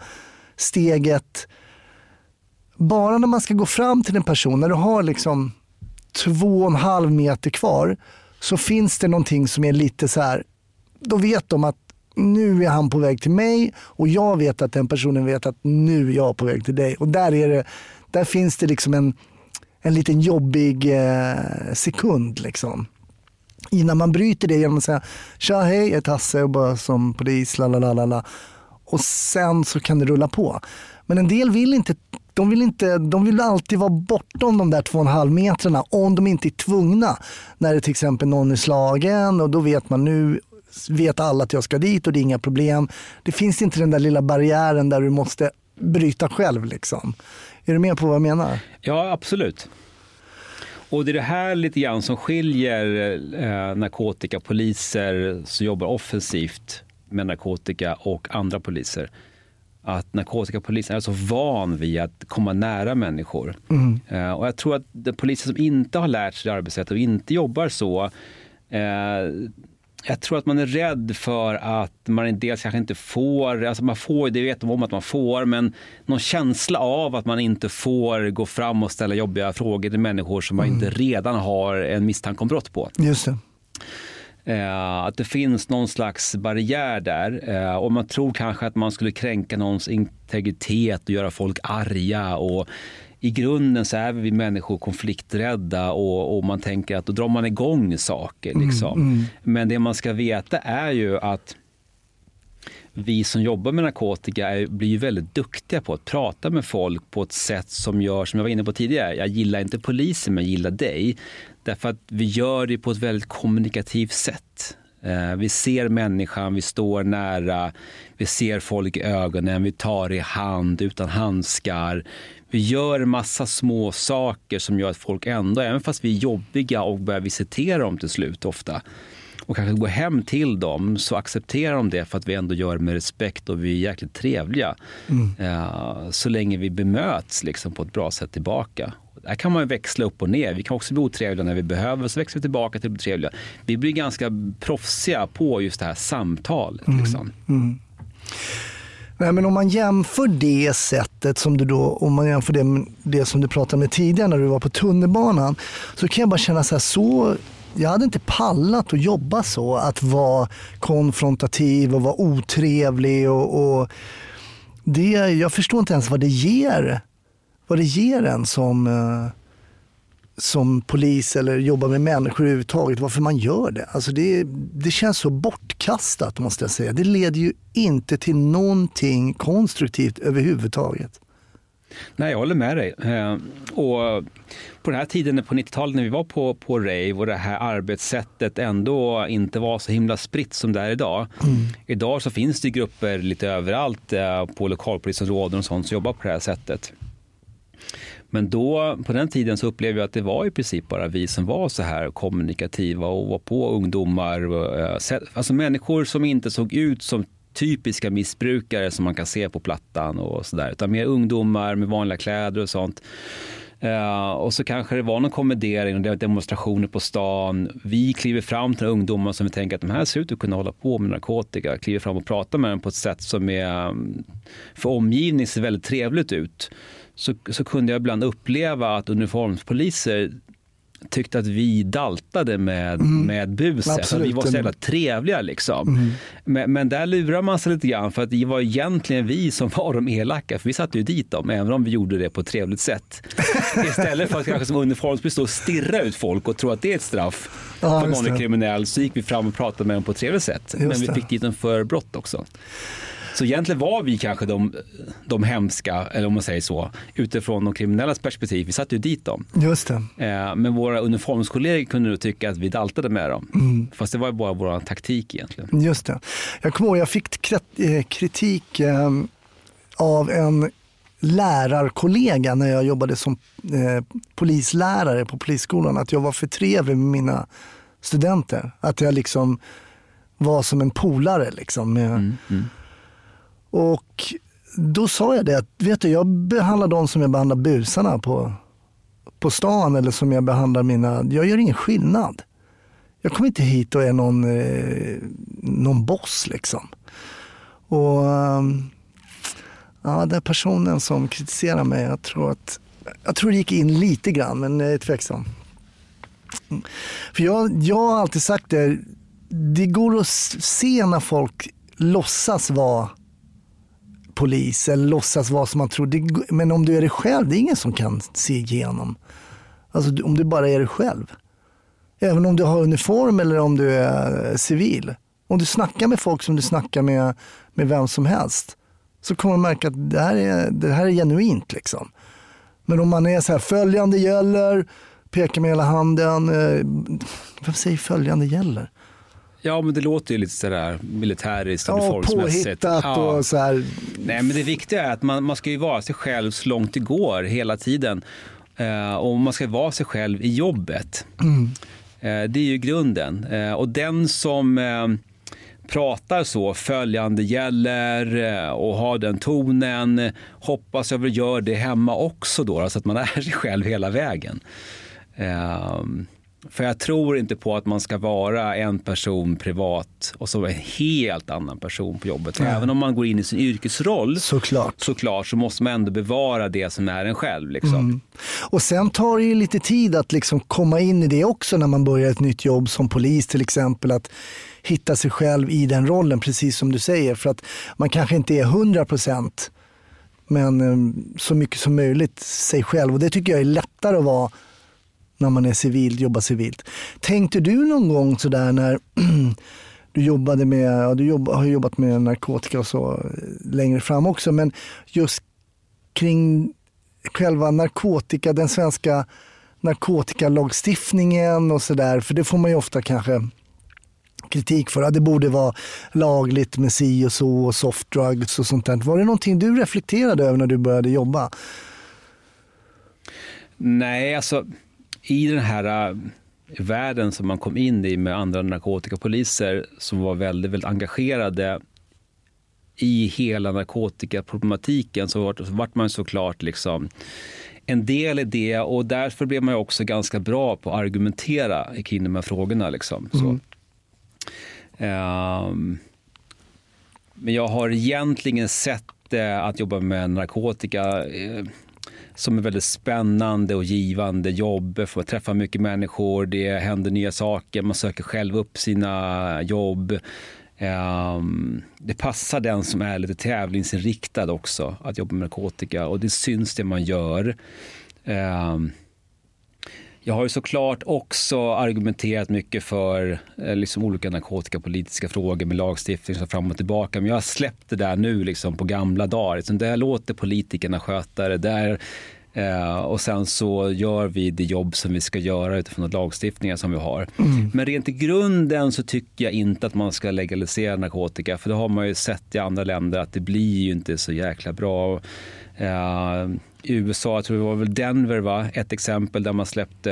steget bara när man ska gå fram till en person, när du har liksom två och en halv meter kvar så finns det någonting som är lite så här, då vet de att nu är han på väg till mig och jag vet att den personen vet att nu är jag på väg till dig. Och där, är det, där finns det liksom en, en liten jobbig eh, sekund liksom. Innan man bryter det genom att säga tja hej, jag heter Hasse och bara som polis, lalalala. Och sen så kan det rulla på. Men en del vill inte, de vill inte, de vill alltid vara bortom de där två och en halv metrarna om de inte är tvungna. När det till exempel någon är slagen och då vet man nu, vet alla att jag ska dit och det är inga problem. Det finns inte den där lilla barriären där du måste bryta själv liksom. Är du med på vad jag menar? Ja, absolut. Och det är det här lite grann som skiljer eh, narkotikapoliser som jobbar offensivt med narkotika och andra poliser. Att narkotikapolisen är så van vid att komma nära människor. Mm. Eh, och jag tror att de poliser som inte har lärt sig arbetssätt och inte jobbar så, eh, jag tror att man är rädd för att man dels kanske inte får, alltså man får, det vet de om att man får, men någon känsla av att man inte får gå fram och ställa jobbiga frågor till människor som man mm. inte redan har en misstanke om brott på. Just det. Eh, att det finns någon slags barriär där eh, och man tror kanske att man skulle kränka någons integritet och göra folk arga, och i grunden så är vi människor konflikträdda och, och man tänker att då drar man igång saker liksom. Mm, mm. Men det man ska veta är ju att vi som jobbar med narkotika är, blir väldigt duktiga på att prata med folk på ett sätt som gör, som jag var inne på tidigare, jag gillar inte polisen men jag gillar dig. Därför att vi gör det på ett väldigt kommunikativt sätt. Eh, vi ser människan, vi står nära, vi ser folk i ögonen, vi tar i hand utan handskar. Vi gör en massa små saker som gör att folk ändå, även fast vi är jobbiga och börjar visitera dem till slut ofta och kanske gå hem till dem, så accepterar de det för att vi ändå gör det med respekt och vi är jäkligt trevliga. Mm. Uh, så länge vi bemöts liksom på ett bra sätt tillbaka. Där kan man ju växla upp och ner. Vi kan också bli otrevliga när vi behöver, så växlar vi tillbaka till att bli trevliga. Vi blir ganska proffsiga på just det här samtalet. Mm. Liksom. Mm. Nej, men om man jämför det sättet som du då, om man jämför det med det som du pratade med tidigare när du var på tunnelbanan, så kan jag bara känna så här, så jag hade inte pallat att jobba så, att vara konfrontativ och vara otrevlig och, och det, jag förstår inte ens vad det ger, vad det ger en som, som polis eller jobbar med människor överhuvudtaget, varför man gör det. Alltså det, det känns så bortkastat, måste jag säga. Det leder ju inte till någonting konstruktivt överhuvudtaget. Nej, jag håller med dig. Och på den här tiden på nittiotalet när vi var på, på rave och det här arbetssättet ändå inte var så himla spritt som det är idag. Mm. Idag så finns det grupper lite överallt på lokalpolisområden och sånt som jobbar på det här sättet. Men då, på den tiden så upplevde jag att det var i princip bara vi som var så här kommunikativa och var på ungdomar. Alltså människor som inte såg ut som typiska missbrukare som man kan se på plattan och sådär. Utan mer ungdomar med vanliga kläder och sånt. Uh, och så kanske det var någon kommendering och det var demonstrationer på stan. Vi kliver fram till ungdomar som vi tänker att de här ser ut att kunna hålla på med narkotika. Kliver fram och pratar med dem på ett sätt som är för omgivning ser väldigt trevligt ut. Så, så kunde jag ibland uppleva att uniformspoliser tyckte att vi daltade med, mm. med buset. Att vi var så jävla trevliga liksom. Mm. Men, men där lurar man sig lite grann för att det var egentligen vi som var de elaka. För vi satte ju dit dem, även om vi gjorde det på ett trevligt sätt. Istället för att kanske som uniformspolis stå och stirra ut folk och tro att det är ett straff ja, för någon är kriminell, så gick vi fram och pratade med dem på ett trevligt sätt. Just men vi fick dit dem för brott också. Så egentligen var vi kanske de, de hemska, eller om man säger så, utifrån de kriminellas perspektiv. Vi satte ju dit dem. Just det. Eh, men våra uniformskollegor kunde då tycka att vi daltade med dem. Mm. Fast det var ju bara vår taktik egentligen. Just det. Jag kommer ihåg, jag fick kritik eh, av en lärarkollega när jag jobbade som eh, polislärare på polisskolan. Att jag var för trevlig med mina studenter. Att jag liksom var som en polare liksom med... Mm, mm. Och då sa jag det att vet du, jag behandlar dem som jag behandlar busarna på, på stan eller som jag behandlar mina, jag gör ingen skillnad. Jag kommer inte hit och är någon, eh, någon boss liksom. Och ja, den personen som kritiserar mig, jag tror att jag tror det gick in lite grann, men jag är tveksam. För jag, jag har alltid sagt det, det går att se när folk låtsas vara polis eller låtsas vara som man tror. Det, men om du är det själv, det är ingen som kan se igenom. Alltså om du bara är det själv. Även om du har uniform eller om du är civil. Om du snackar med folk som du snackar med, med vem som helst, så kommer du märka att det här är, det här är genuint liksom. Men om man är så här, följande gäller, pekar med hela handen, vem säger följande gäller? Ja, men det låter ju lite sådär militäriskt och ja, folksmässigt. Påhittat ja. Och så här. Nej, men det viktiga är att man, man ska ju vara sig själv så långt det går hela tiden. Uh, och man ska vara sig själv i jobbet. Mm. Uh, det är ju grunden. Uh, och den som uh, pratar så, följande gäller uh, och har den tonen, hoppas jag väl gör det hemma också då, så att man är sig själv hela vägen. Uh, För jag tror inte på att man ska vara en person privat och så en helt annan person på jobbet. Ja. Även om man går in i sin yrkesroll såklart. såklart så måste man ändå bevara det som är en själv. Liksom. Mm. Och sen tar det ju lite tid att liksom komma in i det också när man börjar ett nytt jobb som polis till exempel. Att hitta sig själv i den rollen, precis som du säger. För att man kanske inte är hundra procent, men så mycket som möjligt sig själv. Och det tycker jag är lättare att vara när man är civil, jobbar civilt. Tänkte du någon gång sådär när du jobbade med, ja, du jobb, har jobbat med narkotika och så längre fram också, men just kring själva narkotika, den svenska narkotikalagstiftningen och sådär, för det får man ju ofta kanske kritik för. Ja, det borde vara lagligt med si och så och soft drugs och sånt där. Var det någonting du reflekterade över när du började jobba? Nej, alltså i den här uh, världen som man kom in i med andra narkotikapoliser som var väldigt, väldigt engagerade i hela narkotikaproblematiken, så vart, så vart man såklart liksom en del i det, och därför blev man ju också ganska bra på att argumentera kring de här frågorna. Liksom. Så. Mm. Um, men jag har egentligen sett uh, att jobba med narkotika uh, som är väldigt spännande och givande jobb, för att träffa mycket människor, det händer nya saker, man söker själv upp sina jobb. Um, det passar den som är lite tävlingsinriktad också att jobba med narkotika, och det syns det man gör. Um, jag har ju såklart också argumenterat mycket för eh, liksom olika narkotikapolitiska frågor med lagstiftning så fram och tillbaka, men jag har släppt det där nu liksom på gamla dagar. Liksom där låter politikerna sköta det där, eh, och sen så gör vi det jobb som vi ska göra utifrån de lagstiftningar som vi har. Mm. Men rent i grunden så tycker jag inte att man ska legalisera narkotika, för det har man ju sett i andra länder att det blir ju inte så jäkla bra. Eh, I U S A, jag tror det var väl Denver, va? Ett exempel där man släppte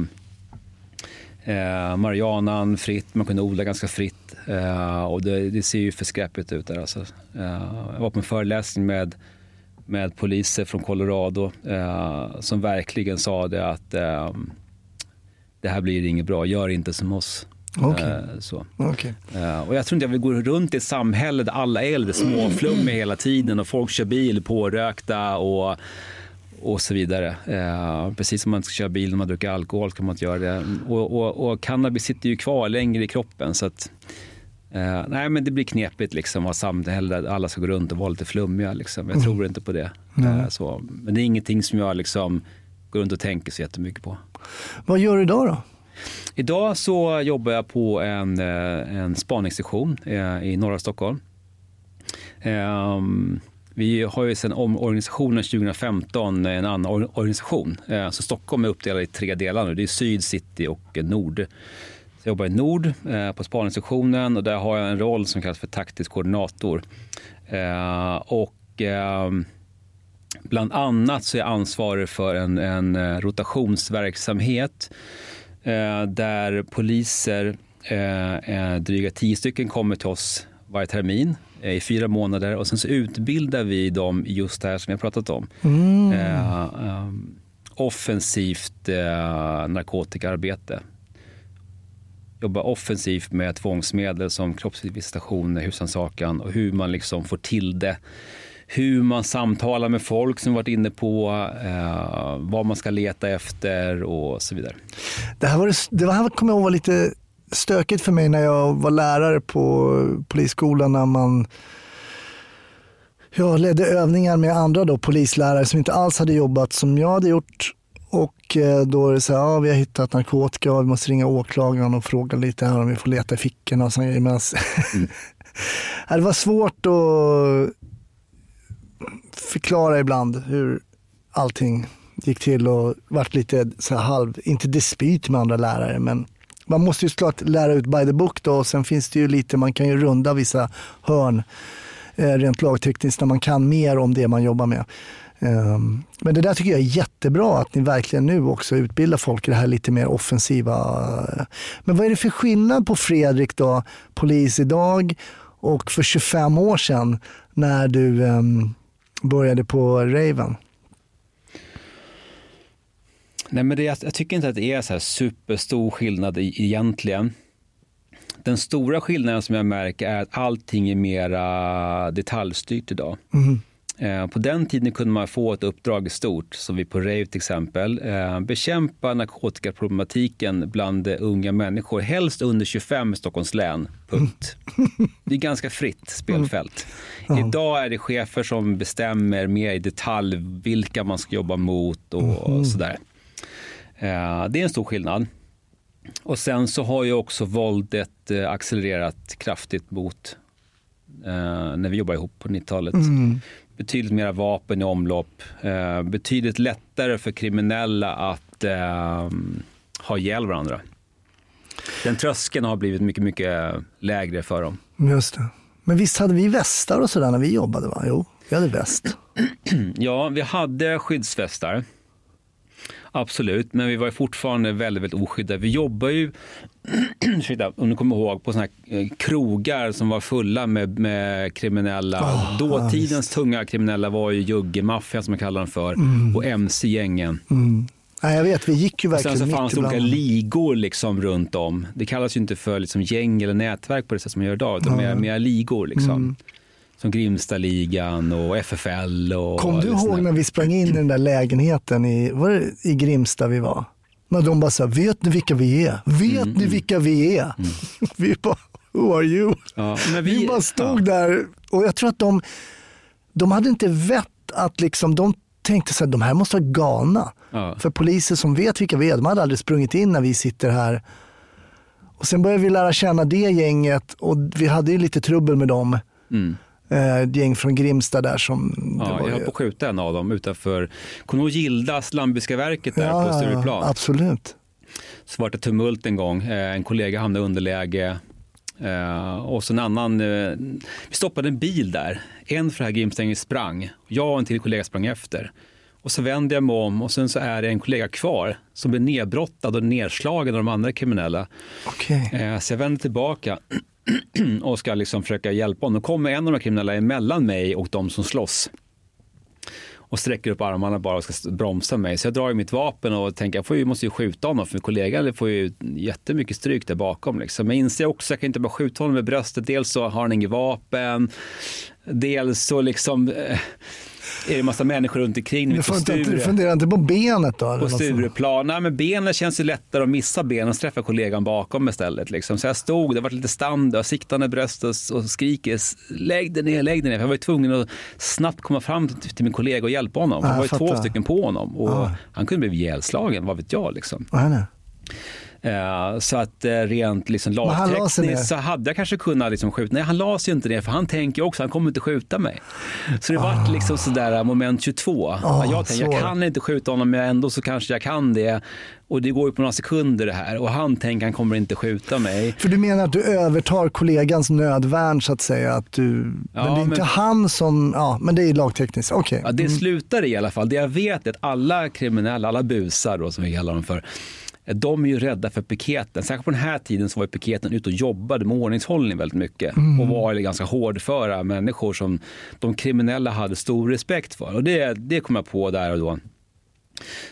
eh, marijuanan fritt, man kunde odla ganska fritt, eh, och det, det ser ju för skräpigt ut där. Alltså. Eh, jag var på en föreläsning med, med poliser från Colorado eh, som verkligen sa det att eh, det här blir inget bra, gör inte som oss. Okay. Eh, så. Okay. Eh, och jag tror inte jag vill gå runt i ett samhälle där alla är lite småflummiga hela tiden och folk kör bil pårökta och, och så vidare. Eh, precis som man ska köra bil när man dricker alkohol kan man inte göra det. Och, och, och cannabis sitter ju kvar längre i kroppen, så att eh, nej, men det blir knepigt liksom att samhälle där alla ska gå runt och vara lite flummiga liksom. Jag tror mm. inte på det. Mm. Eh, så. Men det är ingenting som jag liksom går runt och tänker så jättemycket på. Vad gör du idag då? Idag så jobbar jag på en, en spaningsstation i norra Stockholm. Vi har ju sedan omorganisationen tjugo femton en annan organisation. Så Stockholm är uppdelad i tre delar nu. Det är Syd, City och Nord. Så jag jobbar i Nord på spaningsstationen, och där har jag en roll som kallas för taktisk koordinator. Och bland annat så är jag ansvarig för en, en rotationsverksamhet där poliser, eh, dryga tio stycken, kommer till oss varje termin eh, i fyra månader, och sen så utbildar vi dem i just det här som jag pratat om. Mm. Eh, eh, offensivt eh, narkotikaarbete. Jobbar offensivt med tvångsmedel som kroppsvisitation, husrannsakan, och hur man liksom får till det. hur man samtalar med folk som varit inne på, eh, vad man ska leta efter och så vidare. Det här, var det, det här kommer jag ihåg var lite stökigt för mig när jag var lärare på polisskolan, när man jag ledde övningar med andra då, polislärare som inte alls hade jobbat som jag hade gjort. Och då är det så här, ja, vi har hittat narkotika och vi måste ringa åklagaren och fråga lite här om vi får leta i fickorna och sånt. Mm. Det var svårt att förklara ibland hur allting gick till och varit lite så här halv, inte dispyt med andra lärare, men man måste ju såklart lära ut by the book då, och sen finns det ju lite, man kan ju runda vissa hörn eh, rent lagtekniskt när man kan mer om det man jobbar med. Um, men det där tycker jag är jättebra, att ni verkligen nu också utbildar folk i det här lite mer offensiva. Men vad är det för skillnad på Fredrik då, polis idag, och för tjugofem år sedan när du um, började på Raven? Nej, men det, jag tycker inte att det är så här superstor skillnad egentligen. Den stora skillnaden som jag märker är att allting är mera detaljstyrt idag. Mm. Eh, på den tiden kunde man få ett uppdrag stort, som vi på Rave till exempel, eh, bekämpa narkotikaproblematiken bland unga människor, helst under tjugofem i Stockholms län. Punkt. Det är ganska fritt spelfält. Mm. Idag är det chefer som bestämmer mer i detalj vilka man ska jobba mot och mm. sådär. Eh, det är en stor skillnad. Och sen så har ju också våldet eh, accelererat kraftigt mot eh, när vi jobbar ihop på nittiotalet. Mm. Betydligt mera vapen i omlopp. Eh, betydligt lättare för kriminella att eh, ha ihjäl varandra. Den tröskeln har blivit mycket, mycket lägre för dem. Just det. Men visst hade vi västar och sådär när vi jobbade, va? Jo, vi hade väst. Ja, vi hade skyddsvästar. Absolut, men vi var fortfarande väldigt, väldigt oskyddade. Vi jobbar ju, om du kommer ihåg, på såna här krogar som var fulla med, med kriminella. Oh, Dåtidens ja, tunga kriminella var ju juggemaffian som man kallar den för, mm. och M C-gängen. Mm. Ja, jag vet, vi gick ju verkligen. Och sen så fanns det olika ligor liksom runt om. Det kallas ju inte för liksom gäng eller nätverk på det sätt som man gör idag, utan mer, mer ligor liksom. Mm. Som Grimstadligan och F F L. Och kom du ihåg när vi sprang in i den där lägenheten i, var det i Grimstad vi var? När de bara sa, vet ni vilka vi är? Vet mm, ni vilka vi är? Mm. Vi bara, who are you? Ja, men vi, vi bara stod ja. där, och jag tror att de, de hade inte vett att liksom, de tänkte så här, de här måste vara galna. Ja. För poliser som vet vilka vi är, de hade aldrig sprungit in när vi sitter här. Och sen började vi lära känna det gänget, och vi hade ju lite trubbel med dem. Mm. Ett gäng från Grimstad där som... Ja, var jag har på skjuta en av dem utanför Konor Gildas Lambiska verket där ja, på Stureplan. Absolut. Så var det tumult en gång. En kollega hamnade i underläge. Och så en annan... Vi stoppade en bil där. En för det här Grimstad sprang. Jag och en till kollega sprang efter. Och så vände jag mig om, och sen så är det en kollega kvar som blir nedbrottad och nedslagen av de andra kriminella. Okay. Så jag vände tillbaka och ska liksom försöka hjälpa honom. Då kommer en av de kriminella emellan mig och de som slåss och sträcker upp armarna bara och ska bromsa mig. Så jag drar i mitt vapen och tänker, jag får ju, måste ju skjuta honom, för min kollega får ju jättemycket stryk där bakom liksom. Men jag inser också att jag kan inte bara skjuta honom med bröstet. Dels så har han inget vapen, dels så liksom är det en massa människor runt omkring. Du funderar inte på benet då? På Stureplan. Nej, men benen känns ju lättare att missa benen och träffa kollegan bakom istället. Liksom. Så jag stod, det var lite stand och siktande bröst och, och skriker, lägg dig ner, lägg dig ner. För jag var ju tvungen att snabbt komma fram till, till min kollega och hjälpa honom. Han var ju två stycken på honom. Och ah. han kunde bli ihjälslagen, vad vet jag liksom. Ah, nej. Uh, så att uh, rent liksom, lagtekniskt så hade jag kanske kunnat liksom, skjuta. Nej, han la sig inte ner, för han tänker också, han kommer inte skjuta mig. Så det ah. var liksom sådär moment tjugotvå. Ah, jag tänkte, jag kan inte skjuta honom, men ändå så kanske jag kan det. Och det går ju på några sekunder det här. Och han tänker, han kommer inte skjuta mig. För du menar att du övertar kollegans nödvärn så att säga? Att du, ja, men det är inte men, han som... Ja, men det är lagtekniskt. Okej. Okay. Ja, det slutar i alla fall. Det jag vet är att alla kriminella, alla busar då, som vi kallar dem för, de är ju rädda för piketen. Särskilt på den här tiden så var ju piketen ute och jobbade med ordningshållning väldigt mycket. Mm. Och var ganska hårdföra människor som de kriminella hade stor respekt för. Och det, det kom jag på där och då.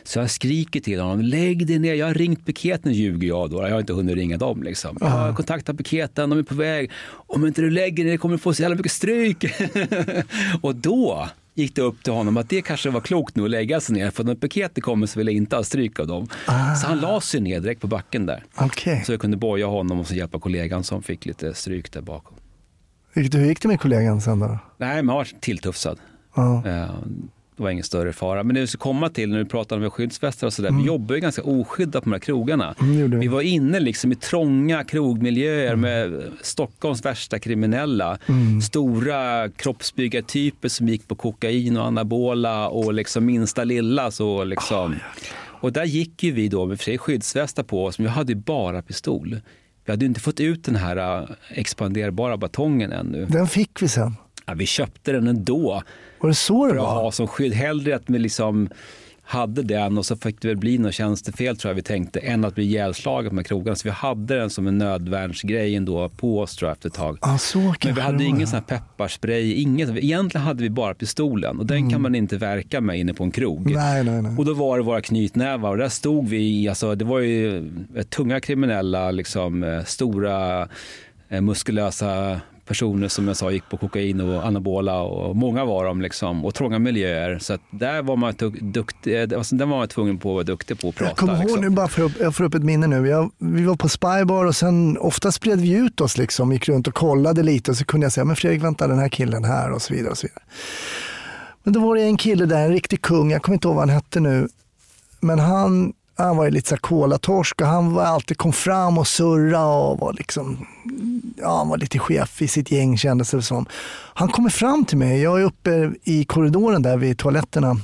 Så jag skriker till honom, lägg dig ner, jag har ringt piketen, ljuger jag då. Jag har inte hunnit ringa dem liksom. Jag har kontaktat piketen, de är på väg. Om inte du lägger dig kommer du få så jävla mycket stryk. Och då gick det upp till honom att det kanske var klokt nu att lägga sig ner. För när piketen kommer så ville jag inte ha stryk av dem. Ah. Så han la sig ner direkt på backen där. Okay. Så jag kunde boja honom och så hjälpa kollegan som fick lite stryk där bakom. Hur gick det med kollegan sen då? Nej, men han var tilltufsad. Ah. Det var ingen större fara. Men det vi ska komma till när vi pratar om skyddsvästar och sådär. Mm. Vi jobbar ju ganska oskyddat på de här krogarna. Mm, vi var inne liksom i trånga krogmiljöer mm. med Stockholms värsta kriminella. Mm. Stora kroppsbyggartyper som gick på kokain och anabola och liksom minsta lilla. Så liksom. Oh, och där gick ju vi då med för skyddsvästar på oss. Men vi hade ju bara pistol. Vi hade ju inte fått ut den här expanderbara batongen ännu. Den fick vi sen. Ja, vi köpte den ändå. Var det så det för att var? ha som skydd. Hellre att vi liksom hade den och så fick det väl bli något tjänstefel tror jag vi tänkte än att bli ihjälslaget med krogarna. Så vi hade den som en nödvärnsgrej ändå på oss tror jag efter ett tag. Ah, så men vi hade ingen sån här pepparspray, inget. Egentligen hade vi bara pistolen och den mm. kan man inte verka med inne på en krog. Nej, nej, nej. Och då var det våra knytnävar och där stod vi, alltså det var ju tunga kriminella, liksom stora muskulösa personer som jag sa gick på kokain och anabola och många var de liksom och trånga miljöer så att där var man duktig, alltså där var man tvungen på att vara duktig på att prata. Jag kommer ihåg liksom. nu bara för upp, jag får upp ett minne nu. Jag, vi var på Spybar och sen ofta spred vi ut oss liksom, gick runt och kollade lite och så kunde jag säga men Fredrik vänta den här killen här och så vidare och så vidare. Men då var det en kille där, en riktig kung, jag kommer inte ihåg vad han hette nu, men han Han var ju lite så här kolatorsk och han var alltid kom fram och surra och var liksom, ja han var lite chef i sitt gäng kändes det som. Han kommer fram till mig, jag är uppe i korridoren där vid toaletterna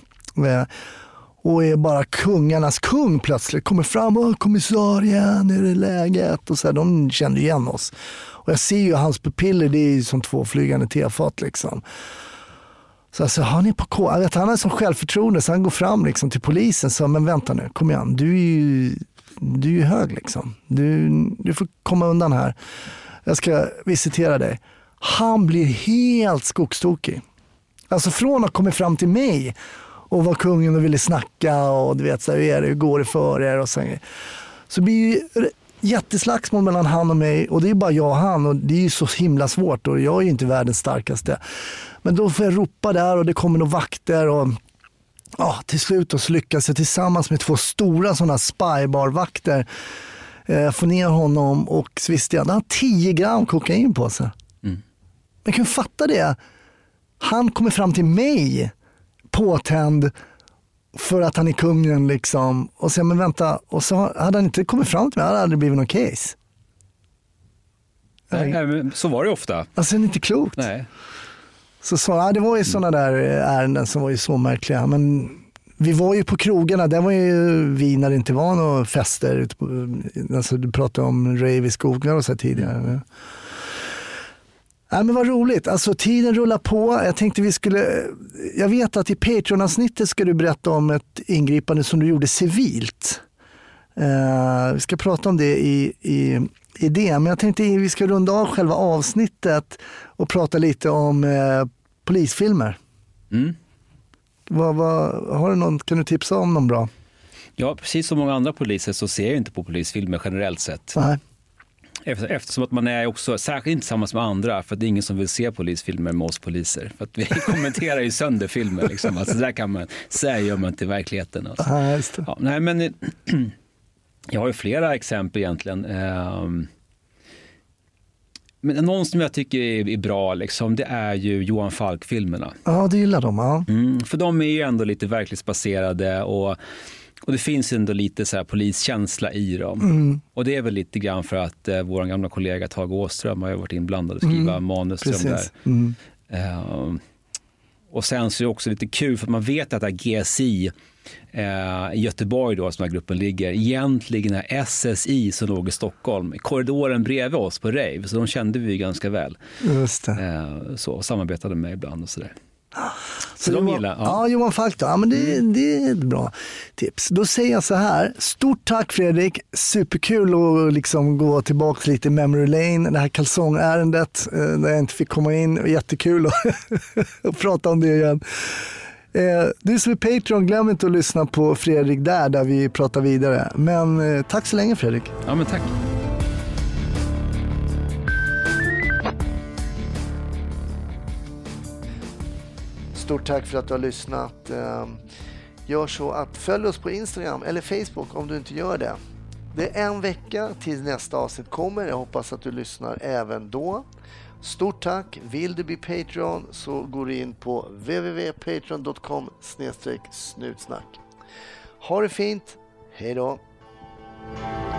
och är bara kungarnas kung plötsligt. Kommer fram och kommissarien, är det läget? Och så här, de kände igen oss. Och jag ser ju hans pupiller, det är ju som två flygande tefat liksom. Så alltså, han är på K. Jag vet, han är som självförtroende så han går fram liksom till polisen och sa, men vänta nu, kom igen, du är ju, du är ju hög liksom. Du, du får komma undan här. Jag ska visitera dig. Han blir helt skogstokig. Alltså från att komma fram till mig och var kungen och ville snacka och du vet, så här, hur är det, hur går det för er? Och så, så blir det jätteslagsmål mellan han och mig och det är bara jag och han och det är ju så himla svårt och jag är ju inte världens starkaste. Men då får jag ropa där och det kommer några vakter och ja, till slut så lyckas jag tillsammans med två stora sådana spybarvakter eh, få ner honom och så visste jag, han har tio gram kokain på sig. Mm. Men kan du fatta det? Han kommer fram till mig påtänd för att han är kungen liksom och säger, men vänta, och så hade han inte kommit fram till mig, hade det aldrig blivit någon case. Nej, nej, men så var det ofta. Alltså det är inte klokt. Nej. Så, så ja, det var ju sådana där ärenden som var ju så märkliga. Men vi var ju på krogarna, där var ju vi när det inte var några fester. Ute på, alltså du pratade om rave i skogar och så tidigare. Mm. Ja, men vad roligt, alltså tiden rullar på. Jag tänkte vi skulle, jag vet att i Patreon-avsnittet ska du berätta om ett ingripande som du gjorde civilt. Uh, vi ska prata om det i, i, i det, men jag tänkte vi ska runda av själva avsnittet och prata lite om uh, polisfilmer. Mm. Vad, vad, har du någon, kan du tipsa om någon bra? Ja, precis som många andra poliser så ser jag inte på polisfilmer generellt sett. Nej. Eftersom att man är också, särskilt inte tillsammans med andra, för att det är ingen som vill se polisfilmer med oss poliser. För att vi kommenterar ju sönder filmer liksom. Alltså där kan man säga, gör man inte i verkligheten. Alltså. Ah, just det. Ja, nej, men jag har ju flera exempel egentligen. Men någon som jag tycker är bra liksom, det är ju Johan Falk-filmerna. Ja, det gillar de, ja. Mm, för de är ju ändå lite verklighetsbaserade och Och det finns ändå lite så här poliskänsla i dem. Mm. Och det är väl lite grann för att eh, vår gamla kollega Tage Åström har ju varit inblandad och skriva mm. manus till dem där. Mm. Uh, och sen så är det också lite kul för att man vet att G S I uh, i Göteborg då som den här gruppen ligger, egentligen är S S I som låg i Stockholm. I korridoren bredvid oss på rave, så de kände vi ganska väl. Just det. Uh, så, och samarbetade med ibland och sådär. Så, så de Johan, gillar, ja. ja, Johan Falk då. Ja, men det, det är ett bra tips. Då säger jag så här. Stort tack Fredrik. Superkul att liksom gå tillbaka lite i memory lane. Det här kalsongärendet där jag inte fick komma in. Jättekul att, att prata om det igen. Eh, du som är Patreon, glöm inte att lyssna på Fredrik där, där vi pratar vidare. Men eh, tack så länge Fredrik. Ja, men tack. Stort tack för att du har lyssnat. Gör så att följ oss på Instagram eller Facebook om du inte gör det. Det är en vecka tills nästa avsnitt kommer. Jag hoppas att du lyssnar även då. Stort tack. Vill du bli Patreon så går du in på w w w punkt patreon punkt com slash snutsnack. Ha det fint. Hej då.